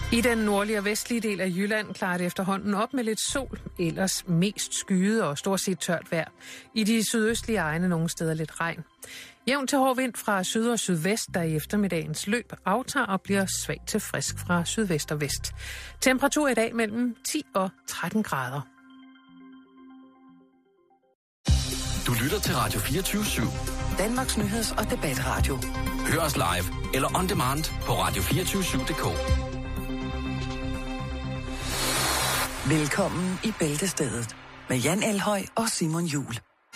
I den nordlige og vestlige del af Jylland klarer det efterhånden op med lidt sol, ellers mest skyet og stort set tørt vejr. I de sydøstlige egne nogle steder lidt regn. Jævn til hård vind fra syd og sydvest, der i eftermiddagens løb aftager og bliver svagt til frisk fra sydvest og vest. Temperatur i dag mellem 10 og 13 grader. Du lytter til Radio 24/7. Danmarks nyheds- og debatradio. Hør os live eller on demand på radio247.dk. Velkommen i Bæltestedet med Jan Elhøj og Simon Juhl.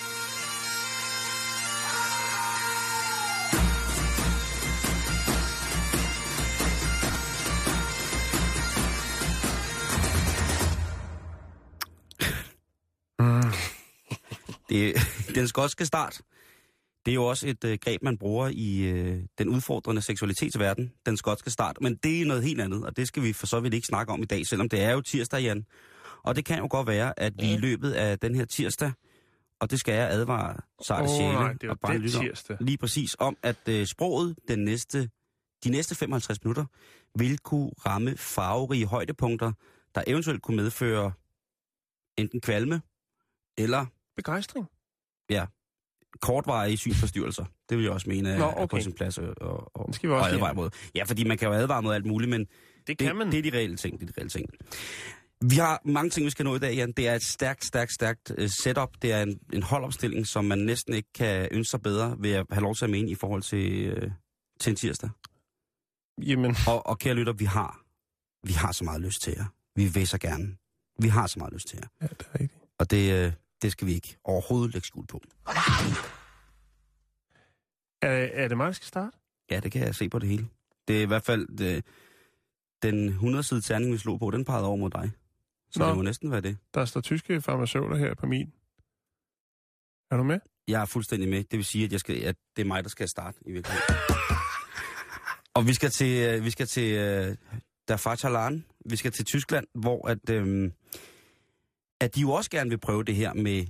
Den skotske start, det er jo også et greb, man bruger i den udfordrende seksualitetsverden, den skotske start. Men det er noget helt andet, og det skal vi for så vidt ikke snakke om i dag, selvom det er jo tirsdag, Jan. Og det kan jo godt være, at vi i løbet af den her tirsdag, og det skal jeg advare sarte sjæle, nej, det er og bare den tirsdag. Lige præcis om, at sproget de næste 55 minutter vil kunne ramme farverige højdepunkter, der eventuelt kunne medføre enten kvalme eller begejstring. Ja, kortvarige synsforstyrrelser. Det vil jeg også mene er på sin plads og advare mod. Ja, fordi man kan jo advare mod alt muligt, men det er de reelle ting. Vi har mange ting, vi skal nå i dag, Jan. Det er et stærkt setup. Det er en holdopstilling, som man næsten ikke kan ønske sig bedre, ved at have lov til at mene i forhold til en tirsdag. Jamen. Og kære lytter, vi har så meget lyst til jer. Vi vil så gerne. Vi har så meget lyst til jer. Ja, det er rigtigt. Og det skal vi ikke overhovedet lægge skuld på. Er det mig, der skal starte? Ja, det kan jeg se på det hele. Det er i hvert fald den 100-side terning, vi slog på, den pegede over mod dig. Så det må næsten være det. Der står tyske farmaceuter her på min. Er du med? Jeg er fuldstændig med. Det vil sige, at det er mig, der skal starte i virkeligheden. Og vi skal til der Fatschalaren. Vi skal til Tyskland, hvor at de jo også gerne vil prøve det her med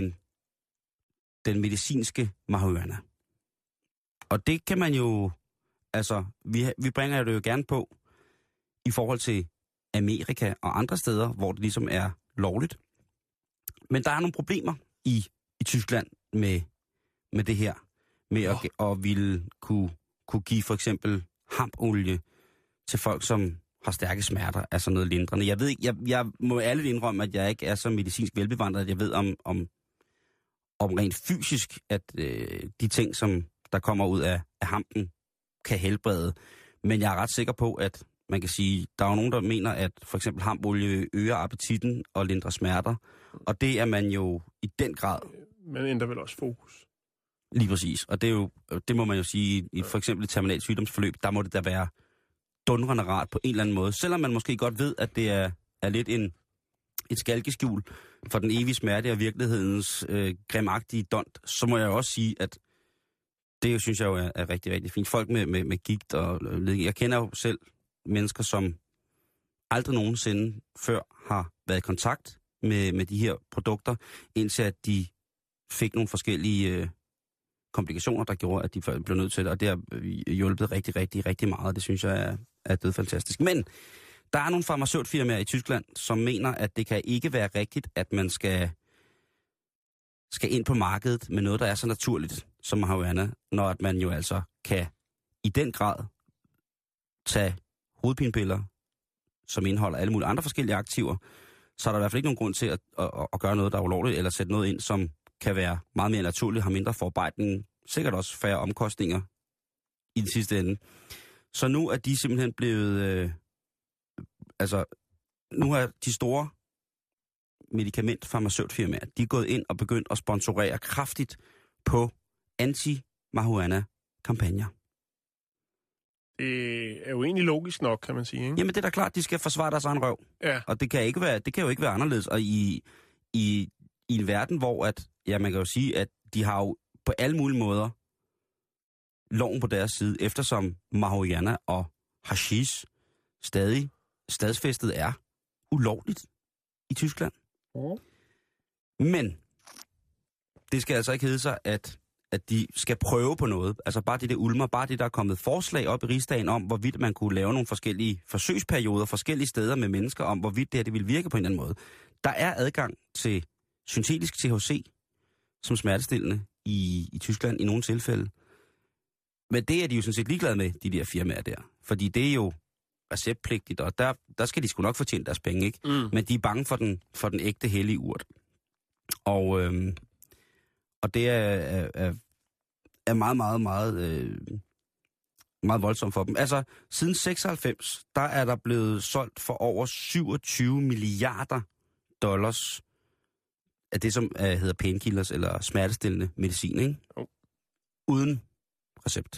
den medicinske marihuana. Og det kan man jo, altså, vi bringer det jo gerne på i forhold til Amerika og andre steder, hvor det ligesom er lovligt. Men der er nogle problemer i Tyskland med det her, med at ville kunne give for eksempel hampolie til folk, som har stærke smerter, altså noget lindrende. Jeg ved ikke, jeg må ærligt indrømme, at jeg ikke er så medicinsk velbevandret, at jeg ved om rent fysisk, at de ting, som der kommer ud af hampen, kan helbrede. Men jeg er ret sikker på, at man kan sige, der er jo nogen, der mener, at for eksempel hampolie øger appetitten og lindrer smerter. Og det er man jo i den grad. Man ændrer vel også fokus. Lige præcis. Og det må man jo sige, i for eksempel et terminalt sygdomsforløb, der må det da være dundrende rart på en eller anden måde. Selvom man måske godt ved, at det er lidt et skalkeskjul for den evige smerte og virkelighedens grimagtige dont, så må jeg jo også sige, at det jo, synes jeg jo er rigtig, rigtig fint. Folk med gigt og jeg kender jo selv mennesker, som aldrig nogensinde før har været i kontakt med de her produkter, indtil at de fik nogle forskellige komplikationer, der gjorde, at de blev nødt til det, og det har hjulpet rigtig, rigtig, rigtig meget, og det synes jeg er dødfantastisk. Men der er nogle farmaceutfirmaer i Tyskland, som mener, at det kan ikke være rigtigt, at man skal ind på markedet med noget, der er så naturligt som marihuana, når at man jo altså kan i den grad tage hovedpinepiller, som indeholder alle mulige andre forskellige aktiver, så er der i hvert fald ikke nogen grund til at gøre noget, der er ulovligt, eller sætte noget ind, som kan være meget mere naturligt, har mindre forarbejdning, sikkert også færre omkostninger i den sidste ende. Så nu er de simpelthen blevet, nu er de store medikamentfarmaceutfirmaer, de er gået ind og begyndt at sponsorere kraftigt på anti-marihuana-kampagner. Det er jo egentlig logisk nok, kan man sige, ikke? Jamen det er da klart, de skal forsvare deres egen røv. Ja. Og det kan jo ikke være anderledes. Og i en verden, hvor man kan jo sige, at de har jo på alle mulige måder loven på deres side, eftersom marihuana og hashish stadig stadsfæstet er ulovligt i Tyskland. Men det skal altså ikke hedde sig, at at de skal prøve på noget. Altså bare det der ulmer, bare det, der er kommet forslag op i Rigsdagen om, hvorvidt man kunne lave nogle forskellige forsøgsperioder, forskellige steder med mennesker om, hvorvidt det ville virke på en eller anden måde. Der er adgang til syntetisk THC som smertestillende i Tyskland i nogle tilfælde. Men det er de jo sådan set ligeglade med, de der firmaer der. Fordi det er jo receptpligtigt, og der skal de sgu nok fortjene deres penge, ikke? Men de er bange for den ægte hellige urt. Og det er meget, meget, meget, meget voldsomt for dem. Altså, siden 96, der er der blevet solgt for over 27 milliarder dollars af det, som hedder painkillers eller smertestillende medicin, ikke? Uden recept.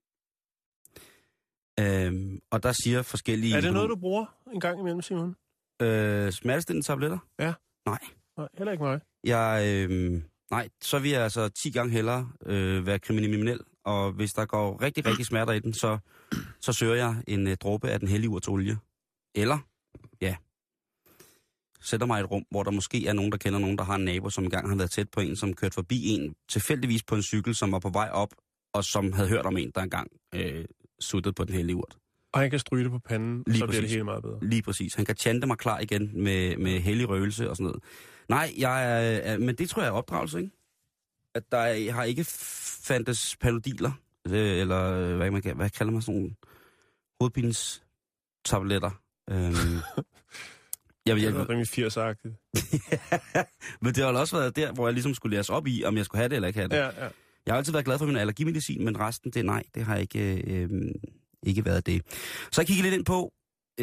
Og der siger forskellige... Er det noget, du bruger en gang imellem, Simon? Smertestillende tabletter? Ja. Nej, heller ikke mig. Nej, så vil jeg altså 10 gange hellere være kriminel, og hvis der går rigtig, rigtig smerter i den, så søger jeg en dråbe af den hellige urtolie. Eller, ja, sætter mig i et rum, hvor der måske er nogen, der kender nogen, der har en nabo, som engang har været tæt på en, som kørte forbi en, tilfældigvis på en cykel, som var på vej op, og som havde hørt om en, der engang suttede på den hellige urt. Og han kan stryge det på panden, og så bliver det helt meget bedre. Lige præcis. Han kan chante mig klar igen med hellig røgelse og sådan noget. Nej, men det tror jeg er opdragelse, ikke? At der har ikke fandtes panodiler, eller hvad kalder man sådan nogle hovedpinestabletter. Det var rimelig 80-agtigt. Men det har også været der, hvor jeg ligesom skulle læres op i, om jeg skulle have det eller ikke have det. Ja. Jeg har altid været glad for min allergimedicin, men resten, det har ikke været det. Så jeg kiggede lidt ind på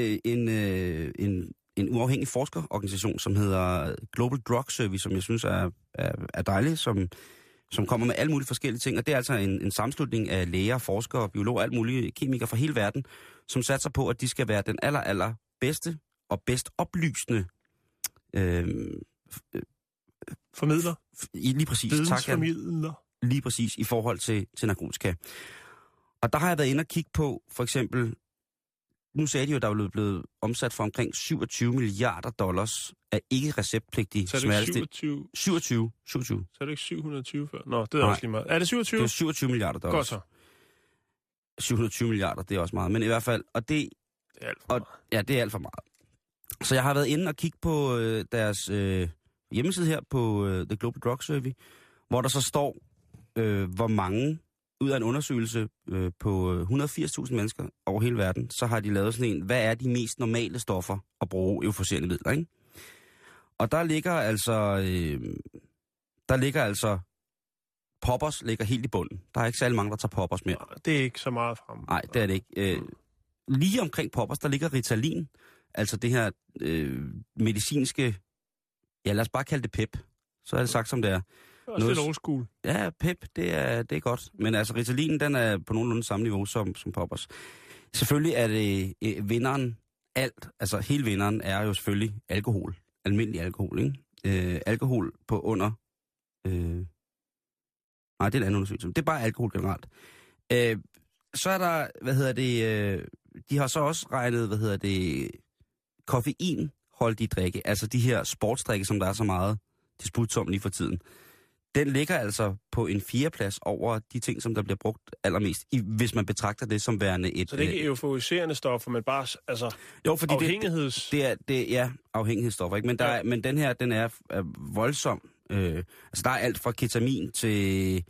en uafhængig forskerorganisation, som hedder Global Drug Service, som jeg synes er dejlig, som kommer med alle mulige forskellige ting. Og det er altså en sammenslutning af læger, forskere, biologer, alt mulige kemikere fra hele verden, som satser på, at de skal være den aller bedste og bedst oplysende formidler. Lige præcis. Vidensformidler. Lige præcis i forhold til narkotika. Og der har jeg været inde og kigge på, for eksempel, nu sagde de jo, der er blevet omsat for omkring 27 milliarder dollars af ikke-receptpligtige smertestillende. Så er det ikke 27? 27. Så er det ikke 720 før? Nå, det er også lige meget. Er det 27? Det er 27 milliarder dollars. Godt så. 720 milliarder, det er også meget. Men i hvert fald, og det... Det er alt for meget. Ja, det er alt for meget. Så jeg har været inde og kigge på deres hjemmeside her på The Global Drug Survey, hvor der så står, hvor mange ud af en undersøgelse på 180.000 mennesker over hele verden, så har de lavet sådan en, hvad er de mest normale stoffer at bruge euforiserende midler, ikke? Og der ligger altså poppers ligger helt i bunden. Der er ikke særlig mange, der tager poppers mere. Det er ikke så meget frem. Nej, det er det ikke. Lige omkring poppers, der ligger Ritalin, altså det her medicinske, ja lad os bare kalde det PEP, så er det sagt som det er. Også lidt old school. Ja, PEP, det er godt. Men altså, Ritalin, den er på nogenlunde samme niveau som poppers. Selvfølgelig er det vinderen alt. Altså, hele vinderen er jo selvfølgelig alkohol. Almindelig alkohol, ikke? Alkohol på under... Nej, det er en anden undersøgelse. Det er bare alkohol generelt. Så er der, de har så også regnet, koffeinholdige drikke. Altså de her sportsdrikke, som der er så meget disput om lige for tiden. Den ligger altså på en 4. plads over de ting, som der bliver brugt allermest, hvis man betragter det som værende et... Så det er ikke euforiserende stoffer, men bare jo, fordi afhængigheds... Det er afhængighedsstoffer, ikke? Men, men den her, den er voldsom. Altså der er alt fra ketamin til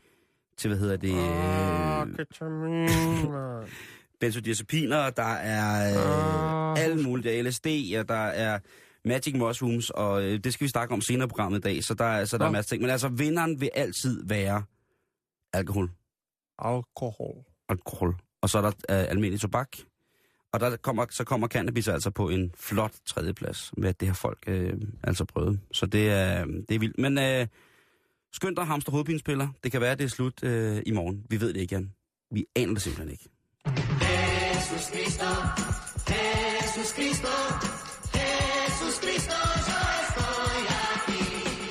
ketamin... benzodiazepiner, der er alt muligt, der er LSD, og der er magic mushrooms, og det skal vi snakke om senere i programmet i dag, så der er en masse ting. Men altså, vinderen vil altid være alkohol. Alkohol. Og så er der almindelig tobak, og så kommer cannabis altså på en flot 3. plads, med det har folk altså prøvet. Så det er vildt. Men skynd dig, hamster hovedpinespiller. Det kan være, det er slut i morgen. Vi ved det ikke, Jan. Vi aner det simpelthen ikke. Jesus Cristo, Jesus Cristo, Jesus Cristo, yo estoy aquí.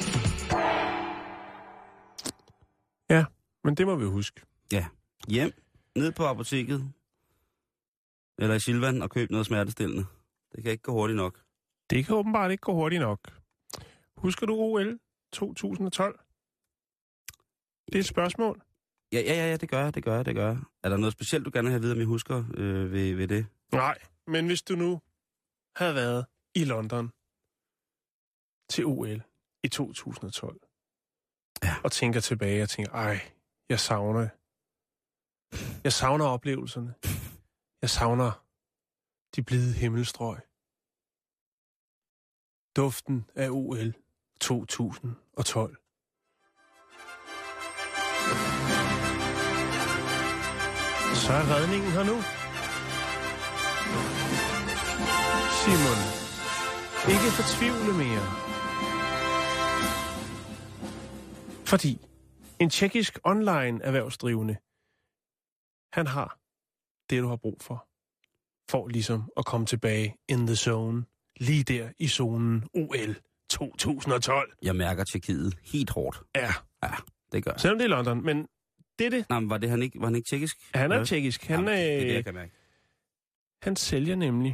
Ja, men det må vi huske. Ja, hjem, ned på apoteket, eller i Silvan, og køb noget smertestillende. Det kan ikke gå hurtigt nok. Det kan åbenbart ikke gå hurtigt nok. Husker du OL 2012? Det er et spørgsmål. Ja, det gør jeg. Er der noget specielt, du gerne vil have at vide, om jeg husker ved det? Nej, men hvis du nu havde været i London til OL i 2012, og tænker tilbage og tænker, jeg savner det. Jeg savner oplevelserne. Jeg savner de blide himmelstrøg. Duften af OL 2012. Så er redningen her nu. Simon, ikke fortvivle mere. Fordi en tjekkisk online erhvervsdrivende, han har det, du har brug for ligesom at komme tilbage in the zone, lige der i zonen OL 2012. Jeg mærker Tjekkiet helt hårdt. Ja, det gør jeg. selvom det er London, men det. Nej, men var han ikke tjekkisk? Han er tjekkisk. Det er det, jeg kan mærke. Han sælger nemlig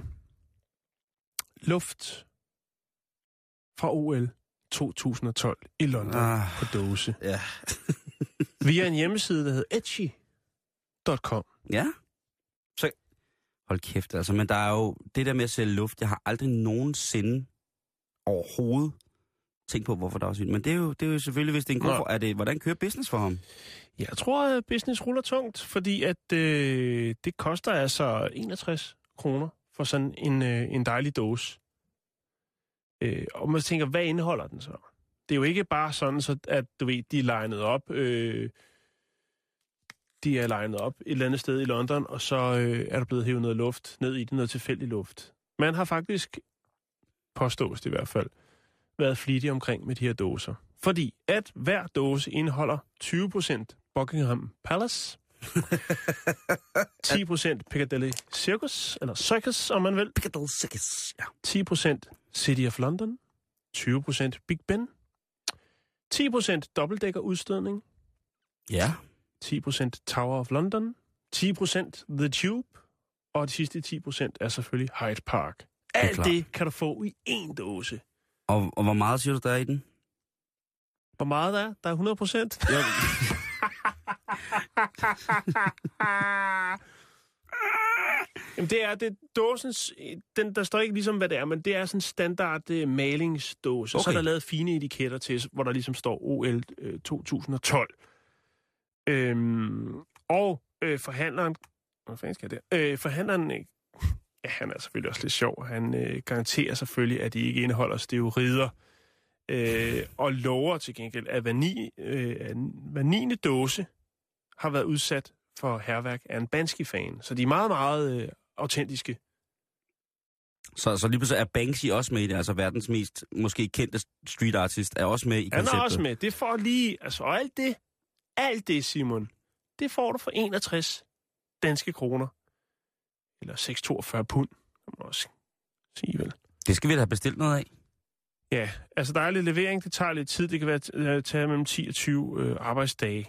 luft fra OL 2012 i London på dåse. Ja. Via en hjemmeside, der hedder Etchy.com. Ja. Så hold kæft, altså. Men der er jo det der med at sælge luft. Jeg har aldrig nogensinde overhovedet tænkt på, hvorfor der er så vildt. Men det er jo selvfølgelig, hvis det er en god hvordan kører business for ham? Jeg tror, at business ruller tungt, fordi at det koster altså 61 kroner for sådan en dejlig dåse. Og man tænker, hvad indeholder den så? Det er jo ikke bare sådan, så at du ved, de er legnet op. De er legnet op et eller andet sted i London, og så er der blevet hævet noget luft ned i det, noget tilfældig luft. Man har faktisk, påstås det i hvert fald, været flittig omkring med de her dåser. Fordi at hver dåse indeholder 20% Buckingham Palace, 10% Piccadilly Circus, eller Circus, om man vil. Piccadilly Circus, ja. 10% City of London, 20% Big Ben, 10% dobbeltdækkerudstødning, Ja. 10% Tower of London, 10% The Tube, og de sidste 10% er selvfølgelig Hyde Park. Alt det kan du få i én dåse. Og hvor meget siger du, der er i den? Hvor meget der er? Der er 100%. Ja. Jamen det dåsens, der står ikke ligesom, hvad det er, men det er sådan en standard malingsdåse. Okay. Så er der lavet fine etiketter til, hvor der ligesom står OL 2012. Forhandleren, hvad fanden skal det? Forhandleren, ja, han er selvfølgelig også lidt sjov. Han garanterer selvfølgelig, at de ikke indeholder steroider. Og lover til gengæld, at hver 9. dåse har været udsat for hærværk af en Banksy-fan. Så de er meget, meget autentiske. Så lige pludselig er Banksy også med i det, altså verdens mest måske kendte street artist er også med i konceptet. Han er også med. Det får lige, altså og alt det, Simon, det får du for 61 danske kroner. Eller 6,42 pund, kan man også sige vel. Det skal vi da have bestilt noget af. Ja, altså der er lidt levering, det tager lidt tid. Det kan være tage mellem 10 og 20 arbejdsdage.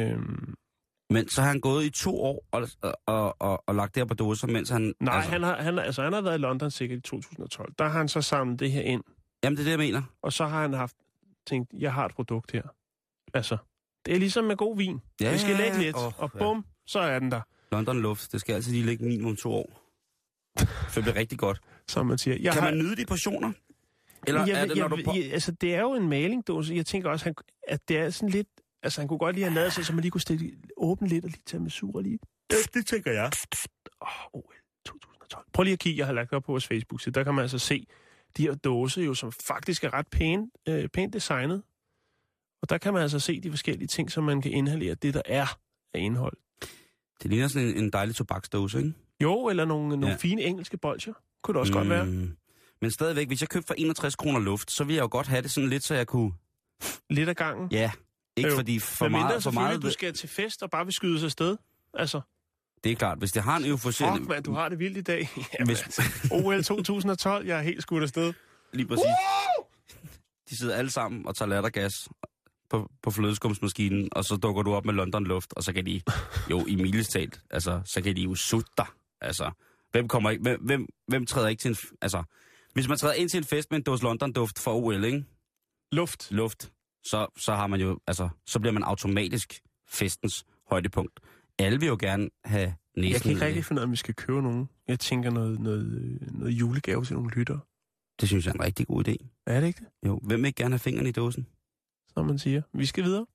Men så har han gået i 2 år og lagt det her på dåser, mens han... Nej, han har været i London sikkert i 2012. Der har han så samlet det her ind. Jamen, det er det, jeg mener. Og så har han tænkt, jeg har et produkt her. Altså, det er ligesom med god vin. Ja, det skal lægge lidt, og bum, så er den der. London luft, det skal altid lige ligge minimum 2 år. Så det bliver rigtig godt. Som man siger. Kan man nyde de portioner? Eller er det, når du... Altså, det er jo en malingdåse. Jeg tænker også, at det er sådan lidt... Altså, han kunne godt lige have lavet sig, så man lige kunne åbne lidt og lige tage med sur lige. Det tænker jeg. OL 2012. Prøv lige at kigge, jeg har lagt op på vores Facebook-side. Der kan man altså se de her dåse, jo, som faktisk er ret pænt designet. Og der kan man altså se de forskellige ting, som man kan inhalere, det der er af indhold. Det ligner sådan en dejlig tobaksdåse, ikke? Jo, eller nogle fine engelske bolcher. Kunne det også godt være. Men stadigvæk, hvis jeg købte for 61 kroner luft, så ville jeg jo godt have det sådan lidt, så jeg kunne... Lidt af gangen? Ja. Ikke fordi for meget... du skal til fest og bare vil skyde sig afsted. Altså. Det er klart, hvis det har en euforiserende... Fuck, man, du har det vildt i dag. Jamen, OL 2012, jeg er helt skudt afsted. Lige præcis. De sidder alle sammen og tager lattergas på flødeskumsmaskinen, og så dukker du op med London luft, og så kan de jo i milestalt, altså, så kan de jo sutte dig. Altså, hvem træder ikke til en... Altså, hvis man træder ind til en fest med en dåse London duft for OL, ikke? Luft. Så har man jo, altså, så bliver man automatisk festens højdepunkt. Alle vil jo gerne have næsten... Jeg kan ikke rigtig finde ud af, om vi skal købe nogen. Jeg tænker noget julegave til nogle lyttere. Det synes jeg er en rigtig god idé. Er det ikke det? Jo, hvem vil ikke gerne have fingrene i dåsen? Som man siger. Vi skal videre.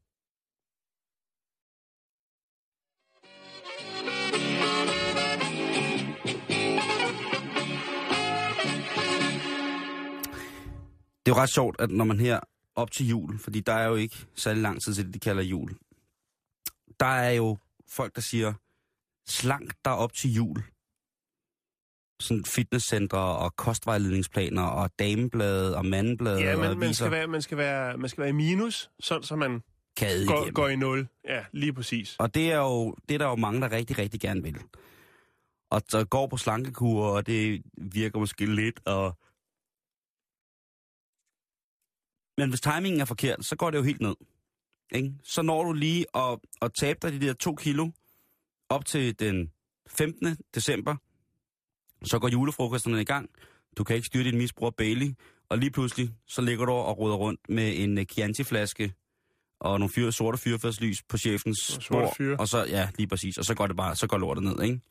Det er jo ret sjovt, at når man her op til jul, fordi der er jo ikke særlig lang tid til det, de kalder jul. Der er jo folk, der siger, slank dig op til jul. Sådan fitnesscentre og kostvejledningsplaner og dameblade og mandeblade. Ja, men og man skal være i minus, sådan så man går i 0. Ja, lige præcis. Og det er der jo mange, der rigtig, rigtig gerne vil. Og så går på slankekur, og det virker måske lidt, og... Men hvis timingen er forkert, så går det jo helt ned. Ikke? Så når du lige at tabe dig de der 2 kilo op til den 15. december, så går julefrokosterne i gang. Du kan ikke styre din misbrug af Bailey, og lige pludselig, så ligger du og roder rundt med en Chianti-flaske og nogle sorte fyrfærdslys på chefens bord. Og så, ja, lige præcis. Og så går lortet ned, ikke?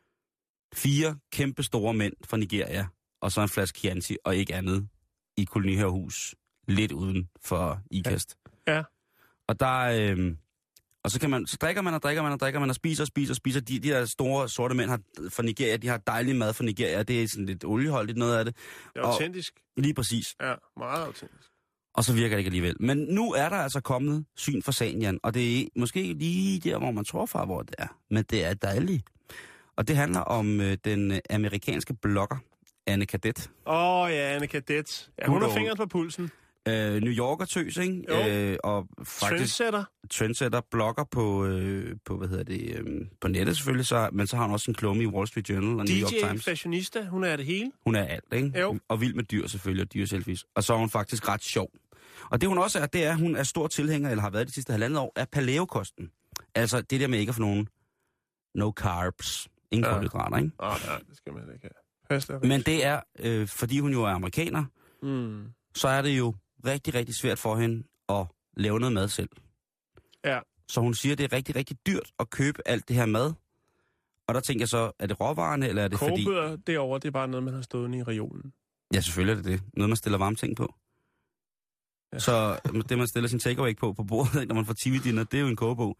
4 kæmpe store mænd fra Nigeria, og så en flaske Chianti, og ikke andet i kolonihavehus. Lidt uden for ikast. Ja. Og der... og så drikker man og spiser. De der store sorte mænd fra Nigeria, de har dejlig mad fra Nigeria. Det er sådan lidt olieholdigt, noget af det. Det er autentisk. Lige præcis. Ja, meget autentisk. Og så virker det ikke alligevel. Men nu er der altså kommet syn for sagen, Jan. Og det er måske ikke lige der, hvor man tror fra, hvor det er. Men det er dejligt. Og det handler om den amerikanske blogger, Anne Cadet. Ja, Anne Cadet. Ja, hun har fingeren på pulsen. New Yorker tøs, ikke? Og faktisk trendsetter, blogger på på nettet selvfølgelig, men så har hun også en klumme i Wall Street Journal og New York Times. DJ, fashionista, hun er det hele. Hun er alt, ikke? Jo. Og vild med dyr selvfølgelig, og dyreselfies. Og så er hun faktisk ret sjov. Og det hun også er, det er, at hun er stor tilhænger, eller har været de sidste 1,5 år, af paleokosten. Altså det der med ikke at få nogen no carbs, ingen kulhydrater, ikke? Nej, det skal man ikke have. Men det er, fordi hun jo er amerikaner, så er det jo rigtig, rigtig svært for hende at lave noget mad selv. Ja. Så hun siger, at det er rigtig, rigtig dyrt at købe alt det her mad. Og der tænker jeg så, er det råvarerne, eller er det fordi... Kogebøger derovre, det er bare noget, man har stået i reolen. Ja, selvfølgelig er det. Noget, man stiller varme ting på. Ja. Så det, man stiller sin takeaway på bordet, når man får TV-dinner, det er jo en kogebog.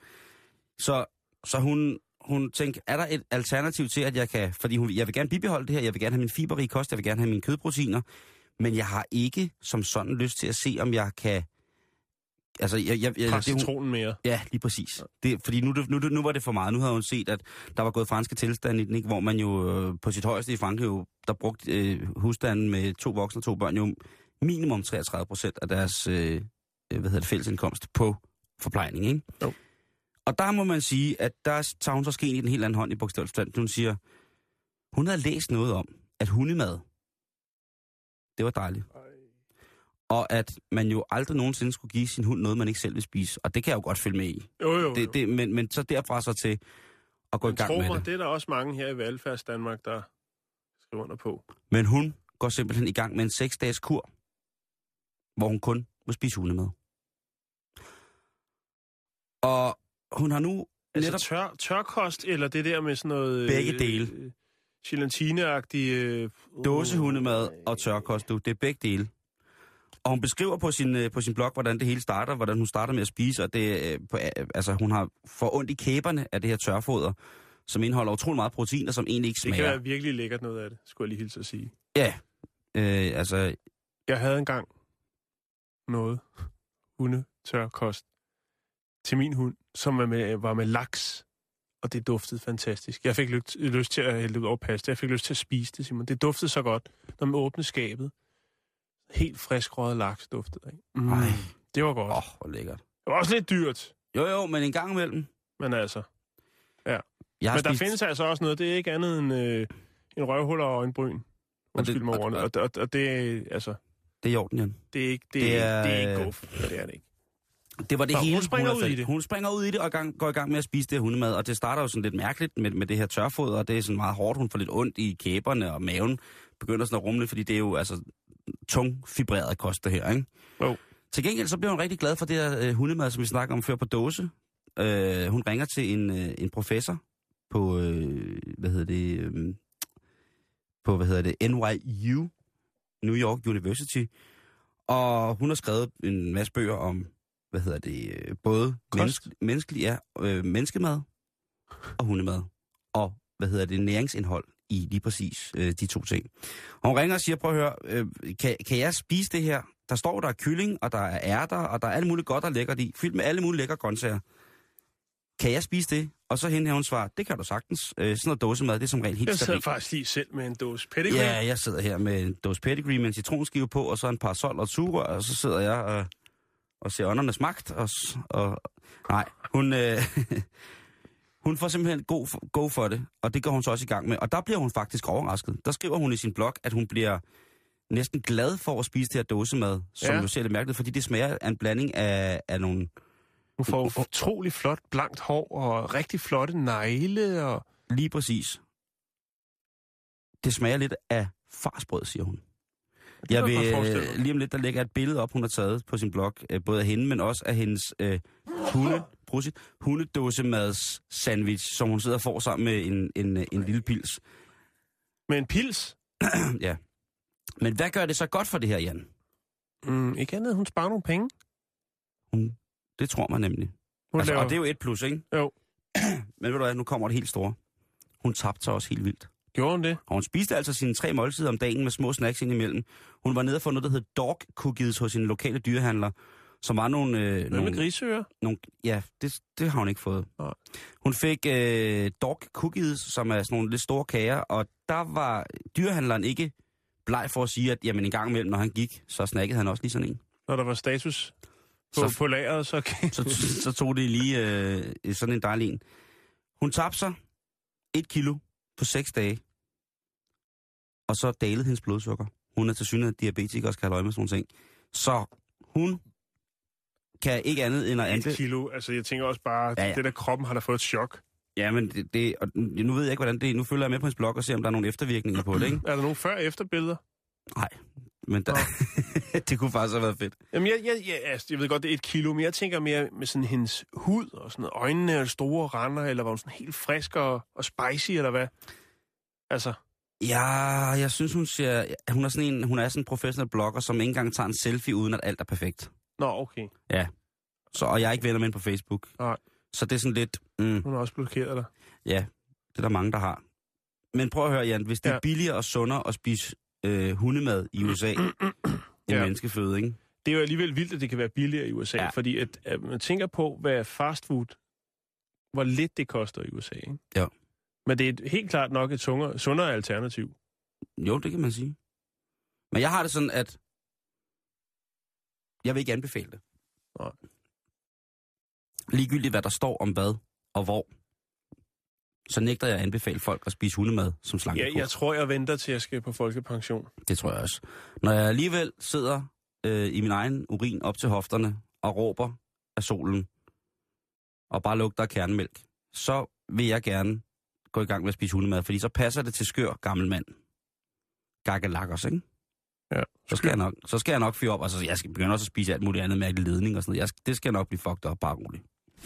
Så hun tænker, er der et alternativ til, at jeg kan... Fordi jeg vil gerne bibeholde det her, jeg vil gerne have min fiberrige kost, jeg vil gerne have mine kødproteiner, men jeg har ikke som sådan lyst til at se, om jeg kan... Altså, Pres citronen mere. Ja, lige præcis. Fordi nu var det for meget. Nu havde hun set, at der var gået franske tilstande i den, ikke? Hvor man jo på sit højeste i Frankrig, der brugte husstanden med 2 voksne og 2 børn, jo minimum 33% af deres fællesindkomst på forplejning, ikke? Jo. Og der må man sige, at der tager hun så skeen i den helt anden hånd i bogstaveligt. Hun siger, hun havde læst noget om, at hundemad, det var dejligt. Og at man jo aldrig nogensinde skulle give sin hund noget, man ikke selv vil spise. Og det kan jeg jo godt følge med i. Jo. Men så derfra så til at gå i gang med det. Det er der også mange her i Velfærds Danmark, der skriver under på. Men hun går simpelthen i gang med en 6-dages kur, hvor hun kun må spise hundemad. Og hun har nu... Altså tørkost, eller det der med sådan noget... Begge dele. Gelatine-agtige... Dåsehundemad og tørkost, det er begge dele. Og hun beskriver på sin blog, hvordan det hele starter, hvordan hun starter med at spise, og hun har for ondt i kæberne af det her tørfoder, som indeholder utrolig meget protein, og som egentlig ikke smager. Det kan være virkelig lækkert noget af det, skulle jeg lige hilse at sige. Ja, Jeg havde engang noget hundetørkost til min hund, som var med laks, og det duftede fantastisk. Jeg fik lyst til at hælde det ud over pasta. Jeg fik lyst til at spise det, Simon. Det duftede så godt, når man åbnede skabet. Helt frisk røget laks duftede, ikke? Ej. Det var godt. Hvor lækkert. Det var også lidt dyrt. Jo, men en gang imellem. Men altså, ja. Men der findes altså også noget, det er ikke andet end en røvhuller og øjenbryn. Undskyld mig ordene. Og det er, altså... Det er i orden, Jan. Det er ikke guf. Det er det ikke. Det var det hele. Hun springer ud i det. Hun springer ud i det og går i gang med at spise det hundemad. Og det starter jo sådan lidt mærkeligt med det her tørfoder, og det er sådan meget hårdt. Hun får lidt ondt i kæberne, og maven begynder sådan at rumle, fordi det er jo altså tung fibreret kost, det her, ikke? Jo. Til gengæld så bliver hun rigtig glad for det her hundemad, som vi snakker om før på dåse. Hun ringer til en professor på, NYU, New York University. Og hun har skrevet en masse bøger om, både menneskemad og hundemad. Og, næringsindhold i lige præcis de to ting. Og hun ringer og siger, prøv at høre, kan jeg spise det her? Der står, der er kylling, og der er ærter, og der er alt muligt godt og lækkert i. Fyldt med alle mulige lækre grøntsager. Kan jeg spise det? Og så hende her, hun svarer, det kan du sagtens. Sådan noget dåsemad, det er som regel helt stabilt. Jeg sidder faktisk lige selv med en dåse pedigree. Ja, jeg sidder her med en dåse pedigree med en citronskive på, og så en parasol og et sugerør, og så sidder jeg og ser åndernes magt. Nej, hun får simpelthen go for det, og det går hun så også i gang med. Og der bliver hun faktisk overrasket. Der skriver hun i sin blog, at hun bliver næsten glad for at spise det her dåsemad, som jo ser lidt mærkeligt, fordi det smager af en blanding af nogle... Hun får utrolig flot, blankt hår og rigtig flotte negle. Og... Lige præcis. Det smager lidt af farsbrød, siger hun. Jeg vil lige om lidt, der lægger et billede op, hun har taget på sin blog, både af hende, men også af hendes hundedåsemads sandwich, som hun sidder og får sammen med en lille pils. Med en pils? Ja. Men hvad gør det så godt for det her, Jan? Ikke andet, hun sparer nogle penge. Det tror man nemlig. Altså, og det er jo 1 plus, ikke? Jo. Men ved du hvad, nu kommer det helt store. Hun tabte sig også helt vildt. Gjorde hun det? Og hun spiste altså sine 3 måltider om dagen med små snacks ind imellem. Hun var nede og få noget, der hed dog cookies hos sin lokale dyrehandler, som var nogle... med griseører? Ja, det har hun ikke fået. Nej. Hun fik dog cookies, som er sådan nogle lidt store kager, og der var dyrehandleren ikke bleg for at sige, at jamen, en gang imellem, når han gik, så snakkede han også lige sådan en. Når der var status på lageret, så tog det lige sådan en dejlig en. Hun tabte sig 1 kilo på 6 dage, og så dalede hendes blodsukker. Hun er til synligheden diabetiker og skal have løg med sådan nogle ting. Så hun kan ikke andet end at 1 kilo, altså jeg tænker også bare, det der kroppen har da fået et chok. Ja, men og nu ved jeg ikke, hvordan det er. Nu følger jeg med på hendes blog og ser, om der er nogle eftervirkninger på det, ikke? Er der nogle før-efter-billeder? Nej, men det kunne faktisk have været fedt. Jamen, jeg ved godt, det er 1 kilo, men jeg tænker mere med sådan hendes hud og sådan noget. Øjnene er store render, eller var hun sådan helt frisk og spicy, eller hvad? Altså... Ja, jeg synes, hun er sådan en professionel blogger, som ikke engang tager en selfie, uden at alt er perfekt. Nå, okay. Ja. Og jeg er ikke venner med hende på Facebook. Nej. Så det er sådan lidt... Hun har også blokeret dig. Ja, det er der mange, der har. Men prøv at høre, Jan, hvis det er billigere og sundere at spise hundemad i USA end menneskeføde, ikke? Det er jo alligevel vildt, at det kan være billigere i USA, fordi at man tænker på, hvad fastfood, hvor lidt det koster i USA, ikke? Ja. Men det er helt klart nok et sundere alternativ. Jo, det kan man sige. Men jeg har det sådan, at jeg vil ikke anbefale det. Nej. Ligegyldigt, hvad der står om hvad og hvor, så nægter jeg at anbefale folk at spise hundemad som slankekur. Ja, jeg tror, jeg venter til, at jeg skal på folkepension. Det tror jeg også. Når jeg alligevel sidder i min egen urin op til hofterne og råber af solen, og bare lugter af kernemælk, så vil jeg gerne gå i gang med at spise hundemad, fordi så passer det til skør gammel mand. Gakkelakkers, ikke? Ja. Så skal jeg nok fyre op. Altså, jeg skal begynde også at spise alt muligt andet mærkeligt ledning og sådan noget. Det skal nok blive fucked op, bare roligt.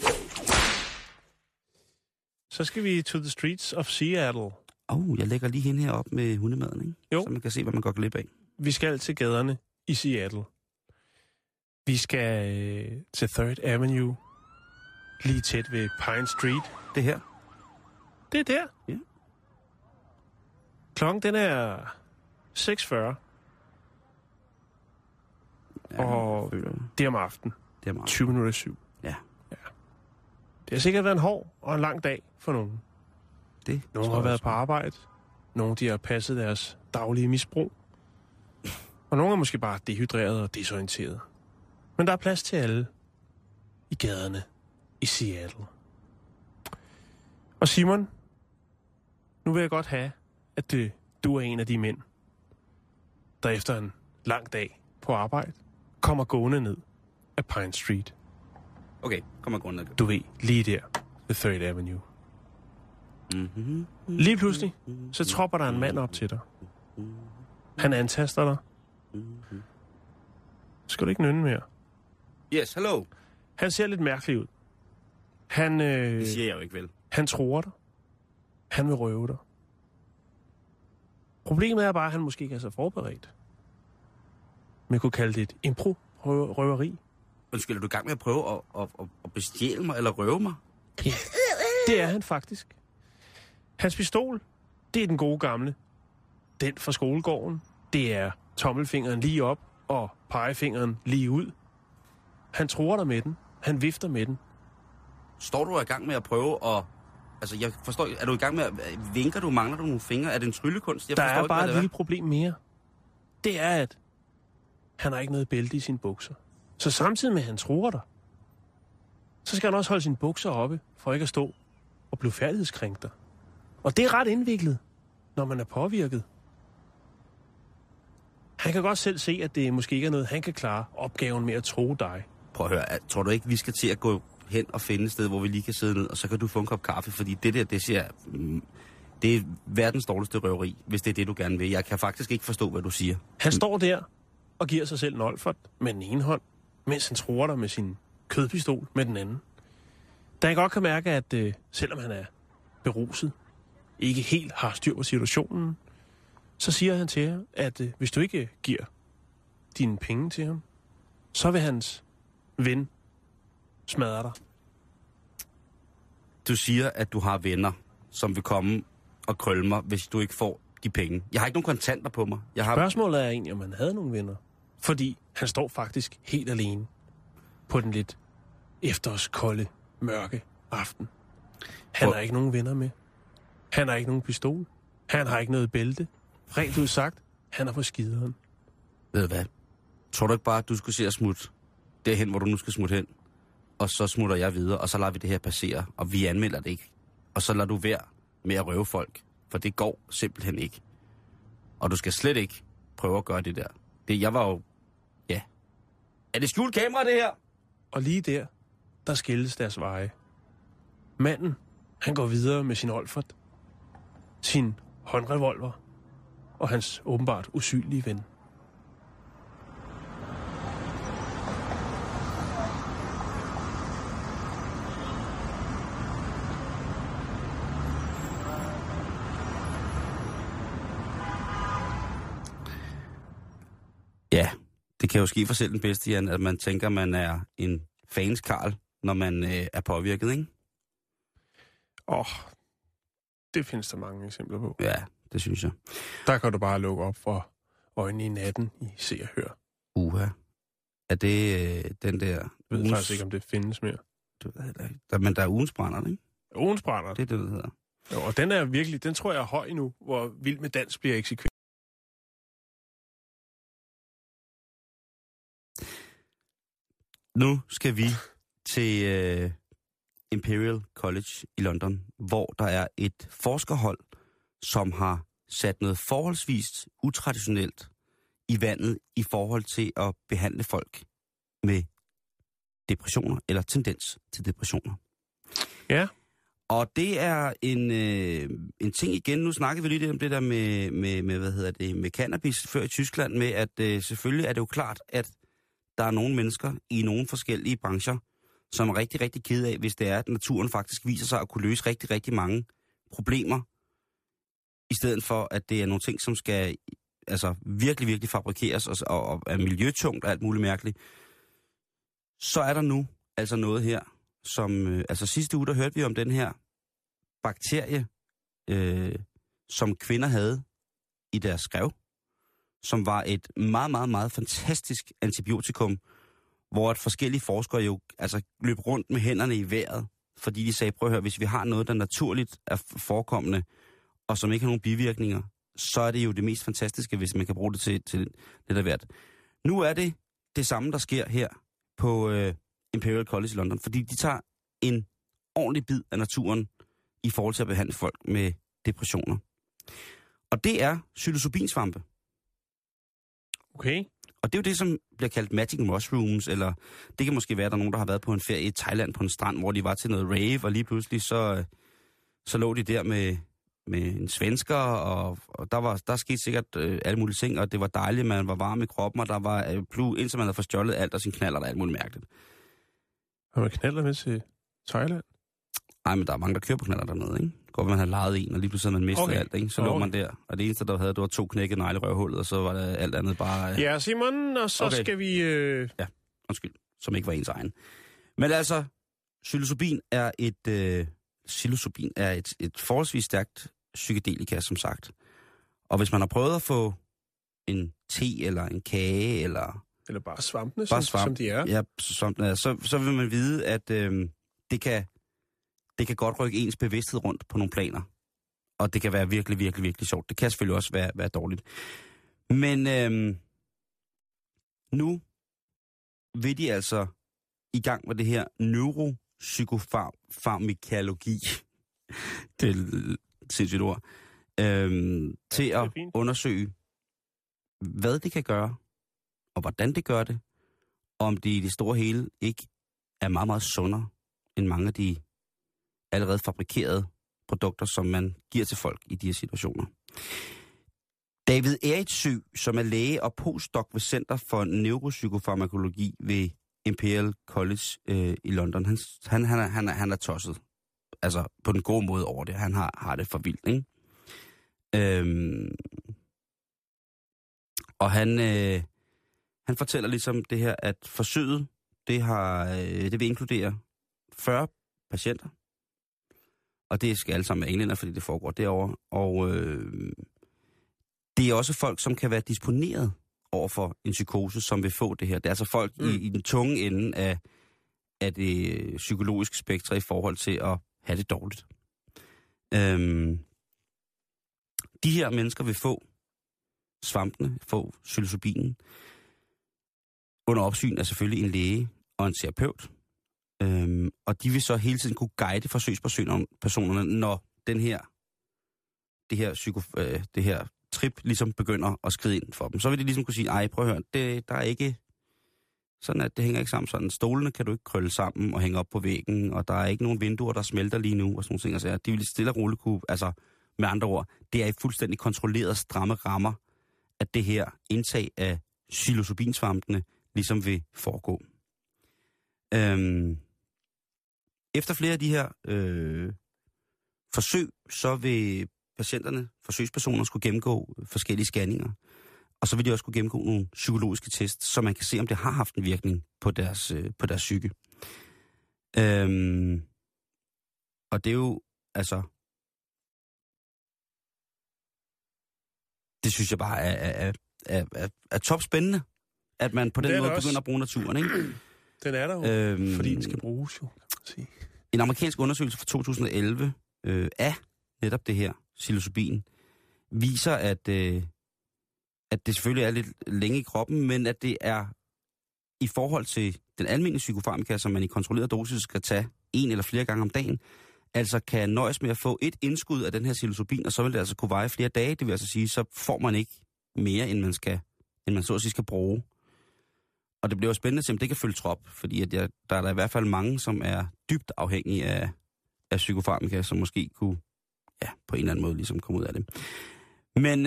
Så skal vi to the streets of Seattle. Jeg lægger lige hende her op med hundemaden, ikke? Jo. Så man kan se, hvad man går glip af. Vi skal til gaderne i Seattle. Vi skal til 3rd Avenue, lige tæt ved Pine Street. Det her? Det er der. Ja. Klokken, den er 6:40. Ja, og det er om aftenen. Det er om aftenen. 20 minutter 7. Ja. Det har sikkert været en hård og en lang dag for nogen. Nogle har været på arbejde. Nogle de har passet deres daglige misbrug. Og nogle er måske bare dehydreret og desorienteret. Men der er plads til alle i gaderne i Seattle. Og Simon, nu vil jeg godt have, at du er en af de mænd, der efter en lang dag på arbejde kommer gående ned af Pine Street. Okay, kommer gående ned. Du ved, lige der ved 3rd Avenue. Mm-hmm. Lige pludselig, så tropper der en mand op til dig. Han antaster dig. Skal du ikke nynne mere? Yes, hello. Han ser lidt mærkelig ud. Det siger jeg jo ikke vel. Han tror dig. Han vil røve dig. Problemet er bare, at han måske ikke er så forberedt. Man kunne kalde det et impro-røveri. Undskyld, er du i gang med at prøve at bestjæle mig eller røve mig? Ja, det er han faktisk. Hans pistol, det er den gode gamle. Den fra skolegården, det er tommelfingeren lige op og pegefingeren lige ud. Han tror dig med den. Han vifter med den. Står du i gang med at prøve at... Altså, jeg forstår ikke. Er du i gang med at... Vinker du? Mangler du nogle fingre? Er det en tryllekunst? Der er bare et lille problem mere. Det er, at han har ikke noget bælte i sine bukser. Så samtidig med, at han tror dig, så skal han også holde sine bukser oppe, for ikke at stå og blive færdighedskrænkt. Og det er ret indviklet, når man er påvirket. Han kan godt selv se, at det måske ikke er noget, han kan klare opgaven med at tro dig. Prøv at høre, tror du ikke, vi skal til at gå hen og finde et sted, hvor vi lige kan sidde ned, og så kan du få en kop kaffe, fordi det der, det siger... Det er verdens dårligste røveri, hvis det er det, du gerne vil. Jeg kan faktisk ikke forstå, hvad du siger. Han står der og giver sig selv en olfert med den ene hånd, mens han tror dig med sin kødpistol med den anden. Da han godt kan mærke, at selvom han er beruset, ikke helt har styr på situationen, så siger han til jer, at hvis du ikke giver dine penge til ham, så vil hans ven smadre dig. Du siger, at du har venner, som vil komme og krølle mig, hvis du ikke får de penge. Jeg har ikke nogen kontanter på mig. Spørgsmålet er egentlig, om han havde nogle venner. Fordi han står faktisk helt alene på den lidt efterårskolde, mørke aften. Han har ikke nogen venner med. Han har ikke nogen pistol. Han har ikke noget bælte. Rent ud sagt, han er på skideren. Ved du hvad? Tror du ikke bare, at du skulle se at smutte derhen, hvor du nu skal smutte hen? Og så smutter jeg videre, og så lader vi det her passere, og vi anmelder det ikke. Og så lader du være med at røve folk, for det går simpelthen ikke. Og du skal slet ikke prøve at gøre det der. Jeg var jo... Ja. Er det skjult kamera, det her? Og lige der skilles deres veje. Manden, han går videre med sin olfert, sin håndrevolver og hans åbenbart usynlige ven. Ja, det kan jo ske for selv den bedste, Jan, at man tænker, man er en fans Karl, når man er påvirket, ikke? Det findes der mange eksempler på. Ja, det synes jeg. Der kan du bare lukke op for øjnene i natten i Se og Hør. Uha. Er det den der... Jeg ved faktisk ikke, om det findes mere. Det ved jeg ikke. Men der er ugens brænder, ikke? Ugens brænder. Det er det, der hedder. Jo, og den er virkelig, den tror jeg er høj nu, hvor Vild med Dans bliver eksekveret. Nu skal vi til Imperial College i London, hvor der er et forskerhold, som har sat noget forholdsvis utraditionelt i vandet i forhold til at behandle folk med depressioner eller tendens til depressioner. Ja. Og det er en ting igen. Nu snakker vi lidt om det der med cannabis før i Tyskland, med at selvfølgelig er det jo klart, at der er nogle mennesker i nogle forskellige brancher, som er rigtig, rigtig ked af, hvis det er, at naturen faktisk viser sig at kunne løse rigtig, rigtig mange problemer, i stedet for, at det er nogle ting, som skal virkelig, virkelig fabrikeres og er miljøtungt og alt muligt mærkeligt. Så er der nu altså noget her, som... sidste uge, der hørte vi om den her bakterie, som kvinder havde i deres skrev, som var et meget, meget, meget fantastisk antibiotikum, hvor at forskellige forskere jo løb rundt med hænderne i vejret, fordi de sagde, prøv at høre, hvis vi har noget, der naturligt er forekommende, og som ikke har nogen bivirkninger, så er det jo det mest fantastiske, hvis man kan bruge det til lidt af hvert. Nu er det samme, der sker her på Imperial College i London, fordi de tager en ordentlig bid af naturen i forhold til at behandle folk med depressioner. Og det er psilocybinsvampe. Okay. Og det er jo det, som bliver kaldt magic mushrooms, eller det kan måske være, at der er nogen, der har været på en ferie i Thailand på en strand, hvor de var til noget rave, og lige pludselig så lå de der med en svensker, og der skete sikkert alle mulige ting, og det var dejligt, man var varm i kroppen, og der var indtil man havde forstjålet alt og sin knaller, der alt muligt mærkeligt. Har man knaller med til Thailand? Nej, men der er mange, der kører på knaller dernede, ikke? Godt, man har lejet en, og lige pludselig man mistet alt, ikke? Så lå man der, og det eneste, der havde, det var 2 knækkede neglerøvhullet, og så var det alt andet bare... Ja, Simon, og så skal vi... Ja, undskyld, som ikke var ens egen. Men altså, psilocybin er et forholdsvis stærkt psykedelika, som sagt. Og hvis man har prøvet at få en te eller en kage, eller bare svampene, som de er. Ja, så vil man vide, at det kan godt rykke ens bevidsthed rundt på nogle planer. Og det kan være virkelig, virkelig, virkelig sjovt. Det kan selvfølgelig også være dårligt. Men nu vil de altså i gang med det her neuropsykofarmakologi. Det er et sindssygt ord. Til at undersøge, hvad det kan gøre, og hvordan det gør det, og om det i det store hele ikke er meget, meget sundere end mange af de allerede fabrikerede produkter, som man giver til folk i de her situationer. David Eritsø, som er læge og postdoc ved Center for Neuropsykofarmakologi ved Imperial College i London, han er tosset. Altså på den gode måde over det. Han har det for vildt, ikke? Og han fortæller ligesom det her, at forsøget, det vil inkludere 40 patienter. Og det skal alle sammen være englænder, fordi det foregår derovre. Og det er også folk, som kan være disponeret over for en psykose, som vil få det her. Det er altså folk i den tunge ende af det psykologiske spektre i forhold til at have det dårligt. De her mennesker vil få svampene, få psilocybinen, under opsyn af selvfølgelig en læge og en terapeut. Og de vil så hele tiden kunne guide forsøgspersonerne, når det her trip ligesom begynder at skride ind for dem. Så vil de ligesom kunne sige, ej, prøv at høre, der er ikke sådan, at det hænger ikke sammen sådan. Stolene kan du ikke krølle sammen og hænge op på væggen, og der er ikke nogen vinduer, der smelter lige nu, og sådan nogle ting. Altså, de vil stille og roligt kunne, altså med andre ord, det er i fuldstændig kontrolleret stramme rammer, at det her indtag af psilocybinsvampene ligesom vil foregå. Efter flere af de her forsøg, så vil forsøgspersoner skulle gennemgå forskellige scanninger, og så vil de også skulle gennemgå nogle psykologiske tests, så man kan se, om det har haft en virkning på deres psyke. Og det er jo, altså, det synes jeg bare er topspændende, at man på den måde begynder at bruge naturen, ikke? Den er der jo, fordi den skal bruges jo, kan man sige. En amerikansk undersøgelse fra 2011 af netop det her psilocybin viser, at det selvfølgelig er lidt længe i kroppen, men at det er i forhold til den almindelige psykofarmaka, som man i kontrolleret dosis skal tage 1 eller flere gange om dagen, altså kan nøjes med at få et indskud af den her psilocybin, og så vil det altså kunne veje flere dage. Det vil altså sige, så får man ikke mere, end man så at sige skal bruge. Og det bliver jo spændende at se, om det kan følge trop, fordi at der er der i hvert fald mange, som er dybt afhængige af psykofarmaka, som måske kunne, ja, på en eller anden måde ligesom komme ud af det. Men